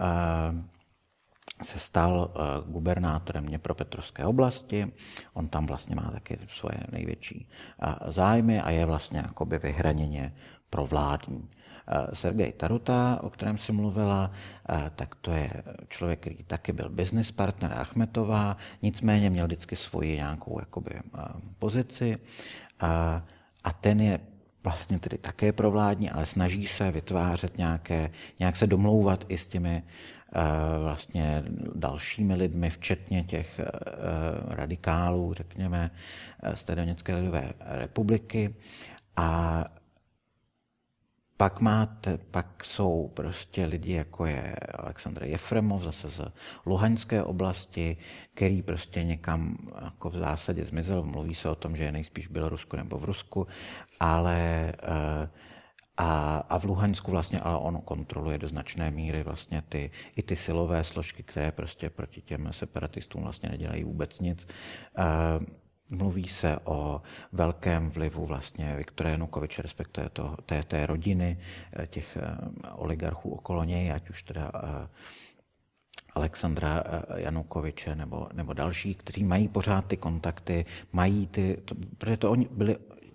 se stal gubernátorem Dněpropetrovské oblasti. On tam vlastně má taky svoje největší zájmy a je vlastně jakoby vyhraněně provládní. Sergej Taruta, o kterém jsem mluvila, tak to je člověk, který taky byl business partner Achmetova, nicméně měl vždycky svoji nějakou jakoby pozici a ten je vlastně tedy také provládní, ale snaží se vytvářet nějak se domlouvat i s těmi vlastně dalšími lidmi, včetně těch radikálů, řekněme, z té Doněcké lidové republiky. A pak jsou prostě lidi, jako je Aleksandr Jefremov, zase z Luhanské oblasti, který prostě někam jako v zásadě zmizel. Mluví se o tom, že je nejspíš v Bělorusku nebo v Rusku, ale a v Luhansku vlastně, ale on kontroluje do značné míry vlastně i ty silové složky, které prostě proti těm separatistům vlastně nedělají vůbec nic. Mluví se o velkém vlivu vlastně Viktora Janukovyče, respektive té rodiny, těch oligarchů okolo něj, ať už teda Alexandra Janukovyče nebo další, kteří mají pořád ty kontakty, protože oni byli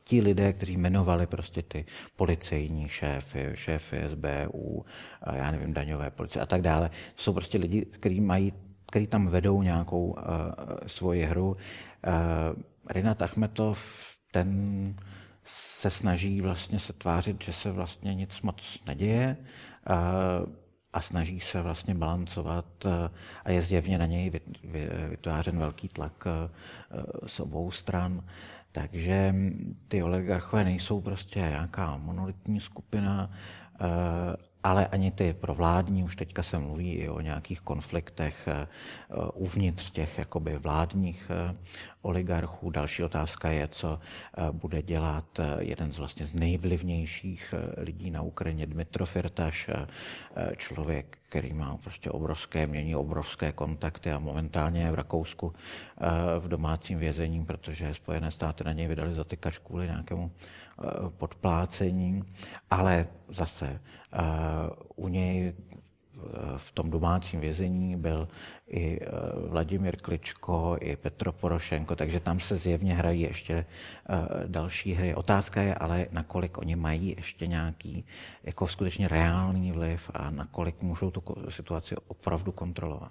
ti lidé, kteří jmenovali prostě ty policejní šéfy SBU, já nevím, daňové policie a tak dále, jsou prostě lidi, kteří tam vedou nějakou svoji hru. Rinat Achmetov, ten se snaží vlastně se tvářit, že se vlastně nic moc neděje a snaží se vlastně balancovat a je zjevně na něj vytvářen velký tlak z obou stran. Takže ty oligarchové nejsou prostě nějaká monolitní skupina, ale ani ty provládní, už teďka se mluví i o nějakých konfliktech uvnitř těch jakoby vládních oligarchů. Další otázka je, co bude dělat jeden z vlastně z nejvlivnějších lidí na Ukrajině, Dmytro Firtaš, člověk, který má prostě mění obrovské kontakty a momentálně je v Rakousku v domácím vězení, protože Spojené státy na něj vydali zatykač kvůli nějakému podplácení, ale zase u něj v tom domácím vězení byl i Vladimír Kličko, i Petro Porošenko, takže tam se zjevně hrají ještě další hry. Otázka je ale, nakolik oni mají ještě nějaký jako skutečně reálný vliv a nakolik můžou tu situaci opravdu kontrolovat.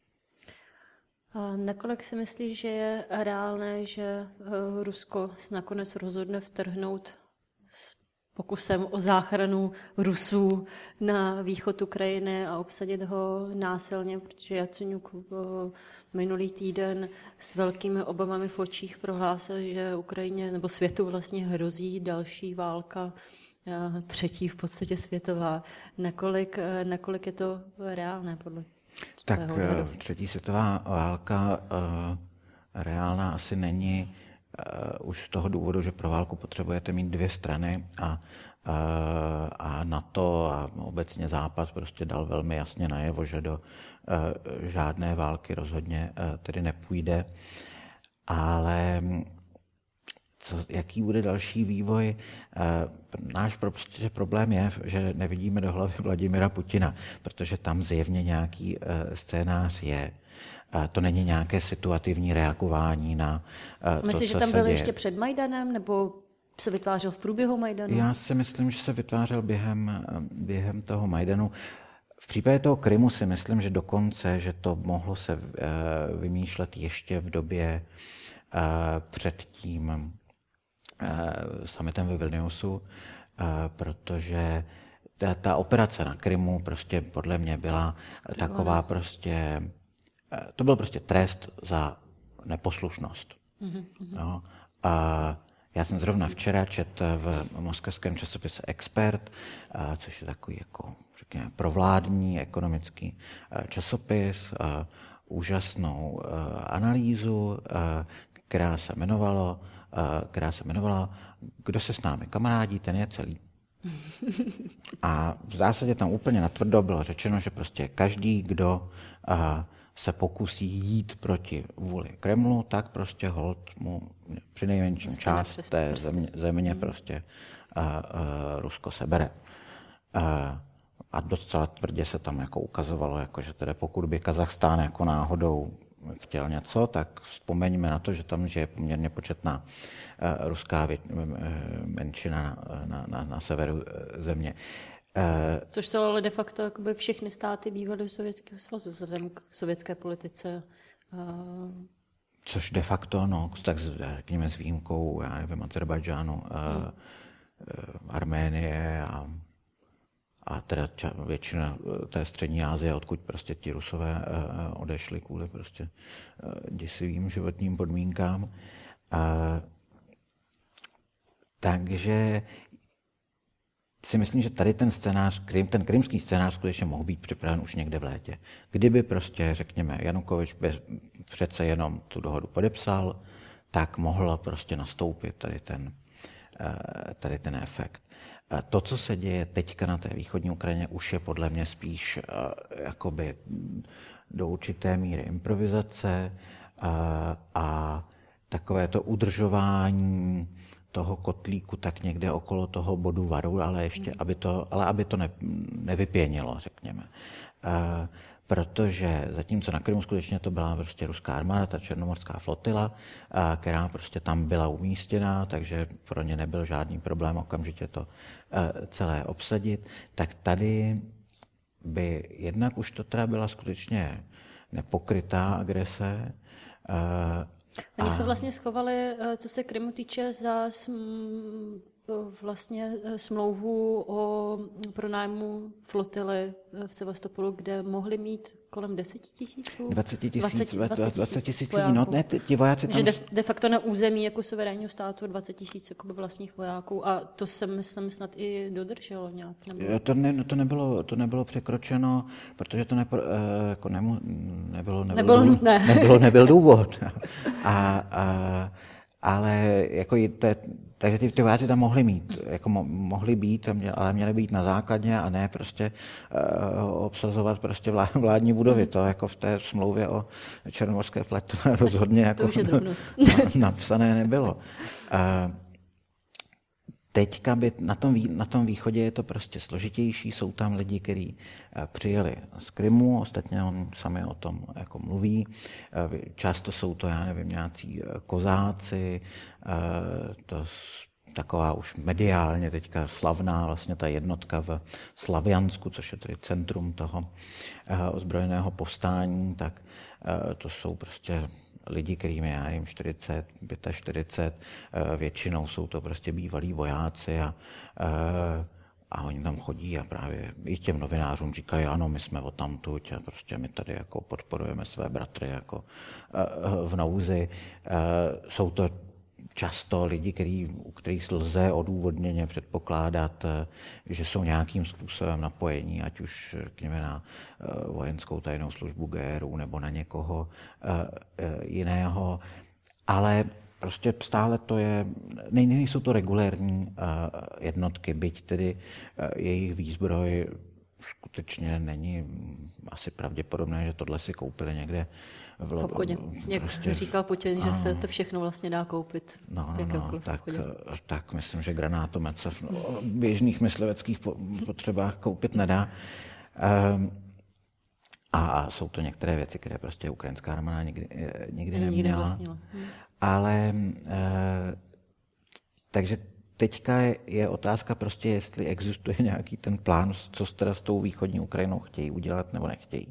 A nakolik si myslíš, že je reálné, že Rusko nakonec rozhodne vtrhnout s pokusem o záchranu Rusů na východ Ukrajiny a obsadit ho násilně, protože Jaceňuk minulý týden s velkými obavami v očích prohlásil, že Ukrajině nebo světu vlastně hrozí další válka, třetí v podstatě světová. Nakolik je to reálné podle tak třetí světová válka reálná asi není už z toho důvodu, že pro válku potřebujete mít dvě strany a NATO a obecně Západ prostě dal velmi jasně najevo, že do žádné války rozhodně tedy nepůjde. Ale jaký bude další vývoj? Náš prostě problém je, že nevidíme do hlavy Vladimira Putina, protože tam zjevně nějaký scénář je. To není nějaké situativní reagování na to, myslíš, co že tam se byl děje. ještě před Majdanem, nebo se vytvářel v průběhu Majdanu? Já si myslím, že se vytvářel během toho Majdanu. V případě toho Krymu si myslím, že dokonce, že to mohlo se vymýšlet ještě v době před tím summitem ve Vilniusu, protože ta operace na Krymu prostě podle mě byla taková prostě, to byl prostě trest za neposlušnost. No, a já jsem zrovna včera četl v moskevském časopise Expert, což je takový jako, řekněme, provládní ekonomický časopis, úžasnou analýzu, která se jmenovala Kdo se s námi kamarádí, ten je celý. A v zásadě tam úplně natvrdo bylo řečeno, že prostě každý, kdo se pokusí jít proti vůli Kremlu, tak prostě holt mu při nejmenším část té země prostě Rusko sebere. A docela tvrdě se tam jako ukazovalo, jako, že tedy pokud by Kazachstán jako náhodou chtěl něco, tak vzpomeňme na to, že tam žije poměrně početná ruská menšina na severu země. Což jsou ale de facto jakoby všechny státy bývalého Sovětského svazu, vzhledem k sovětské politice. Což de facto, no, tak řekněme s výjimkou, já nevím, Azerbajdžánu, Arménie a teda většina té střední Asie, odkud prostě ti Rusové odešli kvůli prostě děsivým životním podmínkám. Takže si myslím, že tady ten scénář, ten krymský scénář skutečně mohl být připraven už někde v létě. Kdyby prostě, řekněme, Janukovyč přece jenom tu dohodu podepsal, tak mohl prostě nastoupit tady ten efekt. To, co se děje teďka na té východní Ukrajině, už je podle mě spíš jakoby do určité míry improvizace a takové to udržování toho kotlíku tak někde okolo toho bodu varu, ale ještě, aby to nevypěnilo, řekněme. protože zatímco na Krymu skutečně to byla prostě ruská armáda, ta černomorská flotila, která prostě tam byla umístěna, takže pro ně nebyl žádný problém okamžitě to celé obsadit, tak tady by jednak už to teda byla skutečně nepokrytá agrese. Oni se vlastně schovali, co se Krymu týče, za vlastně smlouvu o pronájmu flotily v Sevastopolu, kde mohli mít kolem 10 000? 20 000 lidí. No, ne, ti vojáci tam... Že de facto na území jako suverénního státu 20 000 jakoby vlastních vojáků a to se myslím snad i dodrželo nějak. To nebylo překročeno, protože to nebylo nutné. Nebyl důvod. Ale jako takže ty vojáci tam mohli mít, jako mohli být, ale měli být na základně a ne prostě obsazovat prostě vládní budovy. To jako v té smlouvě o černomorské flotile rozhodně jako napsané nebylo. Teďka by na tom východě je to prostě složitější, jsou tam lidi, kteří přijeli z Krymu, ostatně on sami o tom jako mluví, často jsou to, já nevím, nějací kozáci, to taková už mediálně teďka slavná vlastně ta jednotka v Slaviansku, což je tedy centrum toho ozbrojeného povstání, tak to jsou prostě lidi, kterým je, já jim 40, 45, většinou jsou to prostě bývalí vojáci a oni tam chodí a právě i těm novinářům říkají, ano, my jsme odtamtud a prostě my tady jako podporujeme své bratry jako v nouzi. Jsou to často lidi, u kterých lze odůvodněně předpokládat, že jsou nějakým způsobem napojení, ať už řekněme na vojenskou tajnou službu GRU nebo na někoho jiného, ale prostě stále to je, nejsou to regulérní jednotky, byť tedy jejich výzbroj skutečně není asi pravděpodobné, že tohle si koupili někde v obchodě. Jak prostě, říkal Putin, že se to všechno vlastně dá koupit. Tak myslím, že granátomet se v běžných mysliveckých potřebách koupit nedá. A jsou to některé věci, které prostě ukrajinská armáda nikdy neměla. Ale takže teďka je otázka prostě, jestli existuje nějaký ten plán, co teda s tou východní Ukrajinou chtějí udělat nebo nechtějí.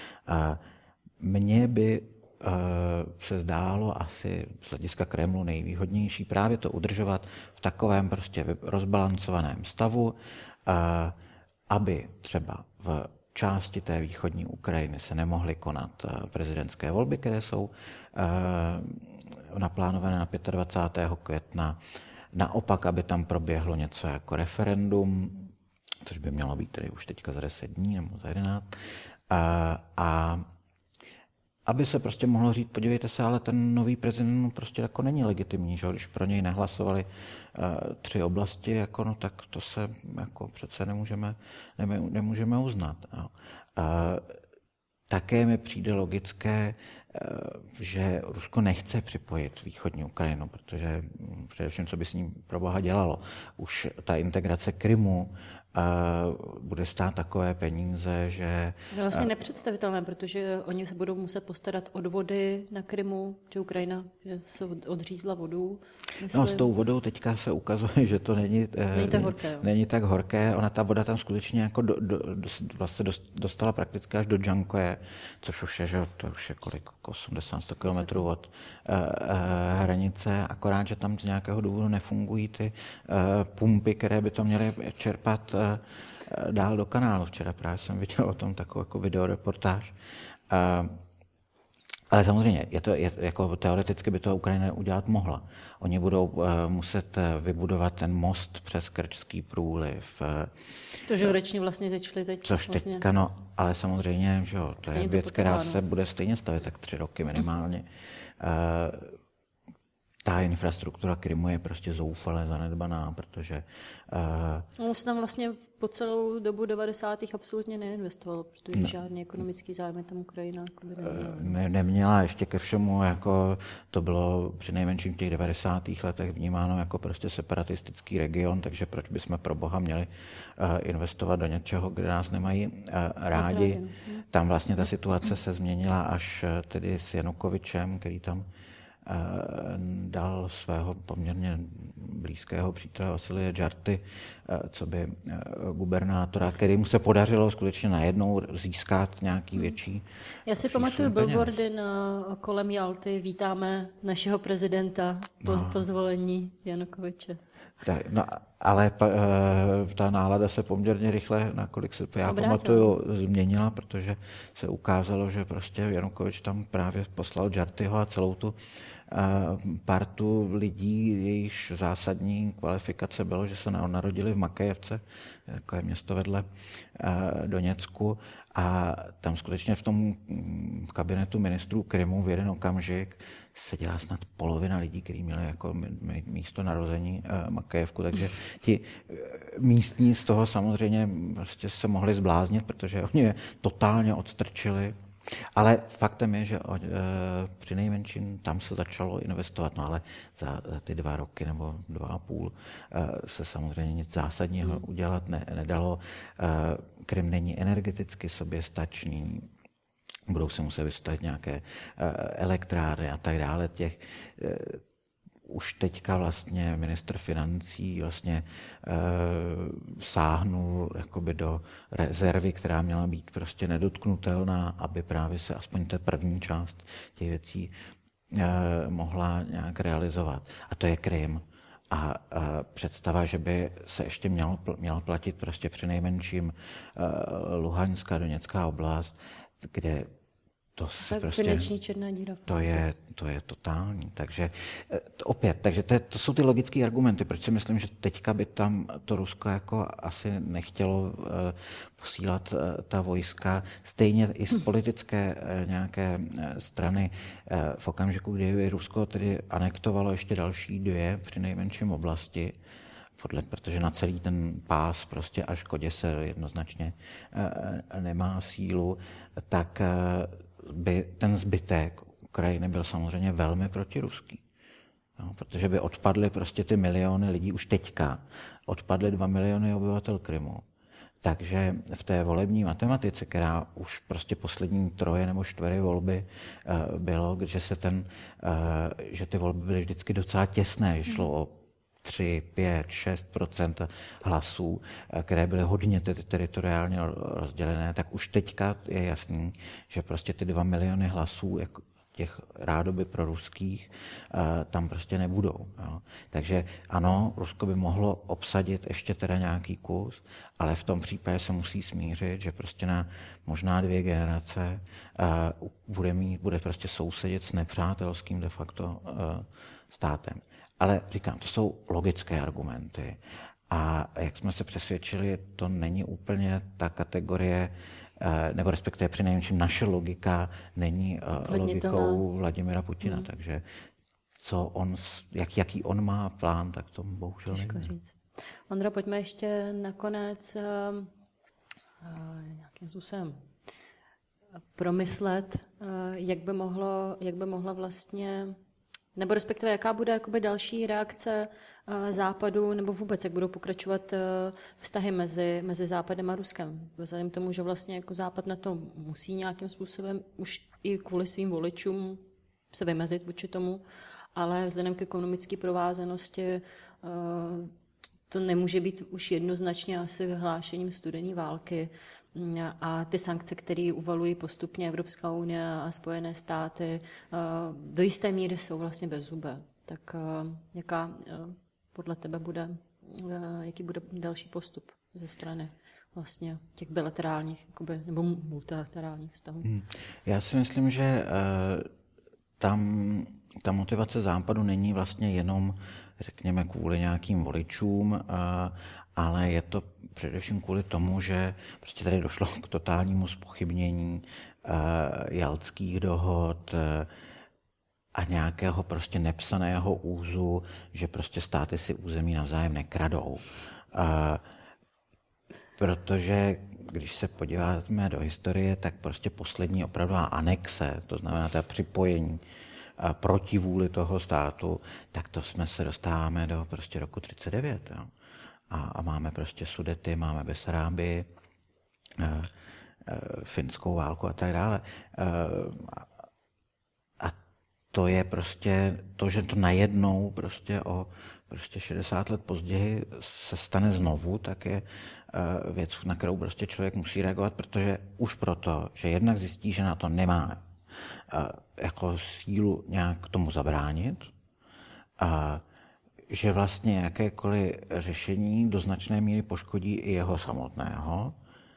Mně by se zdálo asi z hlediska Kremlu nejvýhodnější právě to udržovat v takovém prostě rozbalancovaném stavu, aby třeba v části té východní Ukrajiny se nemohly konat prezidentské volby, které jsou naplánované na 25. května. Naopak, aby tam proběhlo něco jako referendum, což by mělo být tedy už teďka za 10 dní nebo za 11. A aby se prostě mohlo říct, podívejte se, ale ten nový prezident prostě jako není legitimní, že? Když pro něj nehlasovali 3 oblasti, jako, no, tak to se jako přece nemůžeme uznat. Jo. Také mi přijde logické, že Rusko nechce připojit východní Ukrajinu, protože především, co by s ním pro boha dělalo. Už ta integrace Krymu bude stát takové peníze, že... To je vlastně nepředstavitelné, protože oni se budou muset postarat od vody na Krymu, že Ukrajina že se odřízla vodu. Myslím. No, s tou vodou teďka se ukazuje, že to není tak horké. Ona ta voda tam skutečně jako vlastně dostala prakticky až do Džankoje, což už je, že to už je kolik, 80-100 kilometrů od hranice, akorát, že tam z nějakého důvodu nefungují ty pumpy, které by to měly čerpat dál do kanálu. Včera právě jsem viděl o tom takovou jako videoreportáž. Ale samozřejmě, jako teoreticky by to Ukrajina udělat mohla. Oni budou muset vybudovat ten most přes Kerčský průliv. To žorečně vlastně začali teď. Což vlastně... teďka, no, ale samozřejmě, že jo, to je věc, která se bude stejně stavět tak 3 roky minimálně. ta infrastruktura Krymu je prostě zoufale zanedbaná, protože... On se tam vlastně po celou dobu 90. absolutně neinvestovalo, protože žádný ekonomický zájem tam Ukrajina neměla. Ještě ke všemu, jako to bylo přinejmenším v těch 90. letech vnímáno jako prostě separatistický region, takže proč bychom pro boha měli investovat do něčeho, kde nás nemají rádi. Tam vlastně ta situace se změnila až tedy s Janukovyčem, který tam dal svého poměrně blízkého přítele Vasilije Džarty, co by gubernátora, kterému se podařilo skutečně najednou získat nějaký větší. Já si pamatuju billboardy kolem Jalty, vítáme našeho prezidenta po zvolení Janukovyče. No, ale ta nálada se poměrně rychle, nakolik se já pamatuju, změnila, protože se ukázalo, že prostě Janukovyč tam právě poslal Džartyho a celou tu partu lidí, jejichž zásadní kvalifikace bylo, že se narodili v Makejevce, jako je město vedle Doněcku, a tam skutečně v tom kabinetu ministrů Krymu v jeden okamžik seděla snad polovina lidí, kteří měli jako místo narození Makejevku, takže ti místní z toho samozřejmě prostě se mohli zbláznit, protože oni je totálně odstrčili. Ale faktem je, že přinejmenším tam se začalo investovat, no ale za ty 2 roky nebo 2,5 se samozřejmě nic zásadního udělat nedalo. Krym není energeticky soběstačný, budou se muset vystavit nějaké elektrárny a tak dále. Už teďka vlastně ministr financí vlastně sáhnul jakoby do rezervy, která měla být prostě nedotknutelná, aby právě se aspoň ta první část těch věcí mohla nějak realizovat. A to je Krym. A představa, že by se ještě měl platit prostě přinejmenším Luhanská, Doněcká oblast, kde to se prostě, černá díra. To je totální. Takže takže to jsou ty logické argumenty, proč si myslím, že teďka by tam to Rusko jako asi nechtělo posílat ta vojska. Stejně i z politické nějaké strany v okamžiku, kdy Rusko tedy anektovalo ještě další 2 přinejmenším oblasti, protože na celý ten pás prostě až k Oděse jednoznačně nemá sílu, tak by ten zbytek Ukrajiny byl samozřejmě velmi protiruský. No, protože by odpadly prostě ty miliony lidí, už teďka odpadly 2 miliony obyvatel Krymu. Takže v té volební matematice, která už prostě poslední 3 nebo 4 volby bylo, že ty volby byly vždycky docela těsné, že šlo o 3, 5, 6% hlasů, které byly hodně teritoriálně rozdělené, tak už teďka je jasný, že prostě ty 2 miliony hlasů těch rádoby proruských tam prostě nebudou. Jo. Takže ano, Rusko by mohlo obsadit ještě teda nějaký kus, ale v tom případě se musí smířit, že prostě na možná 2 generace bude prostě sousedit s nepřátelským de facto státem. Ale říkám, to jsou logické argumenty. A jak jsme se přesvědčili, to není úplně ta kategorie, nebo respektive přinejmenším naše logika není logikou Vladimira Putina. Takže jaký on má plán, tak to bohužel těžko říct. Ondro, pojďme ještě nakonec nějakým způsobem promyslet, jak by mohla vlastně, nebo respektive jaká bude jakoby další reakce Západu, nebo vůbec jak budou pokračovat vztahy mezi Západem a Ruskem. Vzhledem k tomu, že vlastně jako Západ na to musí nějakým způsobem už i kvůli svým voličům se vymezit vůči tomu, ale vzhledem k ekonomické provázanosti to nemůže být už jednoznačně asi vyhlášením studené války. A ty sankce, které uvalují postupně Evropská unie a Spojené státy, do jisté míry jsou vlastně bezzubé. Tak jaká podle tebe jaký bude další postup ze strany vlastně těch bilaterálních nebo multilaterálních vztahů? Já si myslím, že tam ta motivace Západu není vlastně jenom, řekněme, kvůli nějakým voličům, ale je to především kvůli tomu, že prostě tady došlo k totálnímu zpochybnění jaltských dohod a nějakého prostě nepsaného úzu, že prostě státy si území navzájem nekradou. Protože když se podíváme do historie, tak prostě poslední opravdová anexe, to znamená ta připojení proti vůli toho státu, tak to jsme se dostáváme do prostě roku 1939. Jo. A máme prostě Sudety, máme Besarábii, finskou válku a tak dále. A to je prostě to, že to najednou prostě o 60 let později se stane znovu, tak je věc, na kterou prostě člověk musí reagovat, protože už proto, že jednak zjistí, že na to nemá jako sílu nějak tomu zabránit, a že vlastně jakékoliv řešení do značné míry poškodí i jeho samotného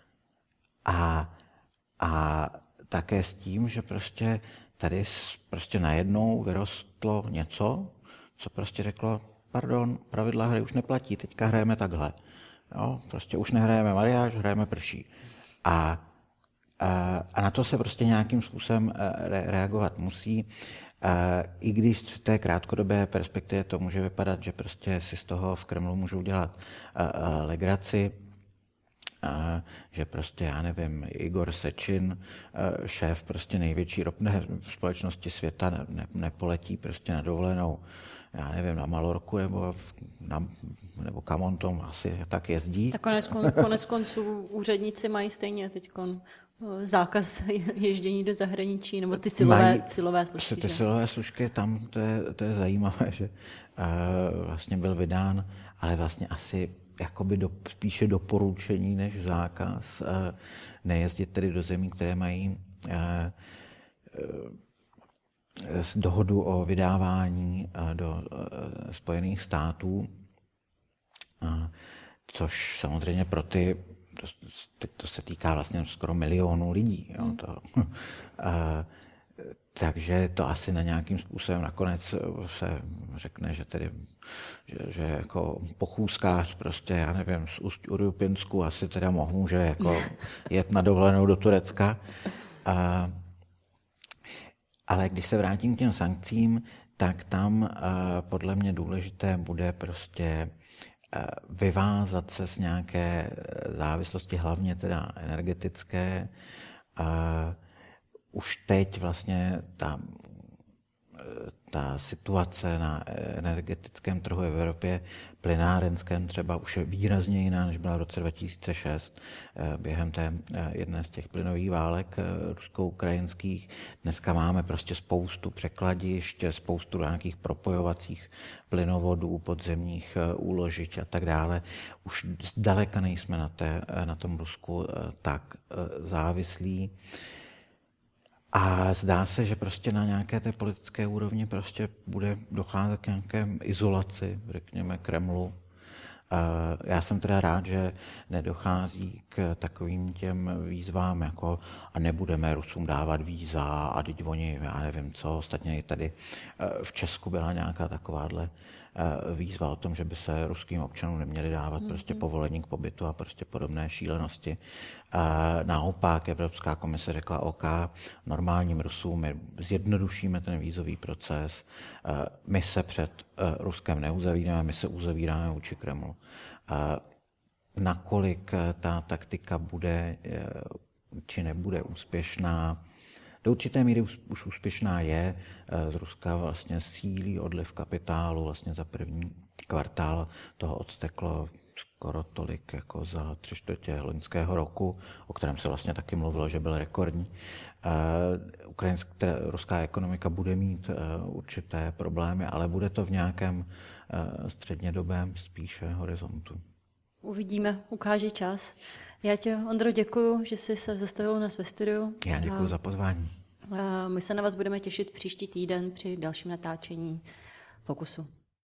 a také s tím, že prostě tady prostě najednou vyrostlo něco, co prostě řeklo, pardon, pravidla hry už neplatí, teďka hrajeme takhle. Jo, prostě už nehrajeme mariáž, hrajeme prší. A na to se prostě nějakým způsobem reagovat musí. I když z té krátkodobé perspektivy to může vypadat, že prostě si z toho v Kremlu můžou dělat legraci, že prostě, já nevím, Igor Sečin, šéf prostě největší ropné společnosti světa, nepoletí prostě na dovolenou, já nevím, na Malorku nebo kam on tom asi tak jezdí. Tak konec konců úředníci mají stejně teď zákaz ježdění do zahraničí, nebo ty silové složky. Ty silové složky, tam to je zajímavé, že vlastně byl vydán, ale vlastně asi jakoby spíše doporučení než zákaz nejezdit tedy do zemí, které mají dohodu o vydávání do Spojených států, což samozřejmě pro to se týká vlastně skoro milionů lidí. Jo, takže to asi na nějakým způsobem nakonec se řekne, že tedy, že jako pochůzkář prostě, já nevím, z Úst-Urjupinsku asi teda může jako jet na dovolenou do Turecka. Ale když se vrátím k těm sankcím, tak tam podle mě důležité bude prostě vyvázat se z nějaké závislosti, hlavně teda energetické. Už teď vlastně ta situace na energetickém trhu v Evropě, plynárenském třeba, už je výrazně jiná, než byla v roce 2006 během jedné z těch plynových válek rusko-ukrajinských. Dneska máme prostě spoustu překladišť, spoustu nějakých propojovacích plynovodů, podzemních úložišť a tak dále. Už zdaleka nejsme na tom Rusku tak závislí. A zdá se, že prostě na nějaké té politické úrovni prostě bude docházet k nějaké izolaci, řekněme, Kremlu. Já jsem teda rád, že nedochází k takovým těm výzvám, jako a nebudeme Rusům dávat víza a teď oni, já nevím co, ostatně i tady v Česku byla nějaká takováhle výzva o tom, že by se ruským občanům neměli dávat prostě povolení k pobytu a prostě podobné šílenosti. Naopak Evropská komise řekla OK, normálním Rusům my zjednodušíme ten vízový proces, my se před Ruskem neuzavíráme, my se uzavíráme vůči Kremlu. Nakolik ta taktika bude či nebude úspěšná, do určité míry už úspěšná je. Z Ruska vlastně sílí odliv kapitálu, vlastně za první kvartál toho odteklo skoro tolik jako za 3/4 loňského roku, o kterém se vlastně taky mluvilo, že byl rekordní. Ruská ekonomika bude mít určité problémy, ale bude to v nějakém střednědobém spíše horizontu. Uvidíme, ukáže čas. Já tě, Ondro, děkuju, že jsi se zastavil u nás ve studiu. Já děkuju za pozvání. My se na vás budeme těšit příští týden při dalším natáčení Fokusu.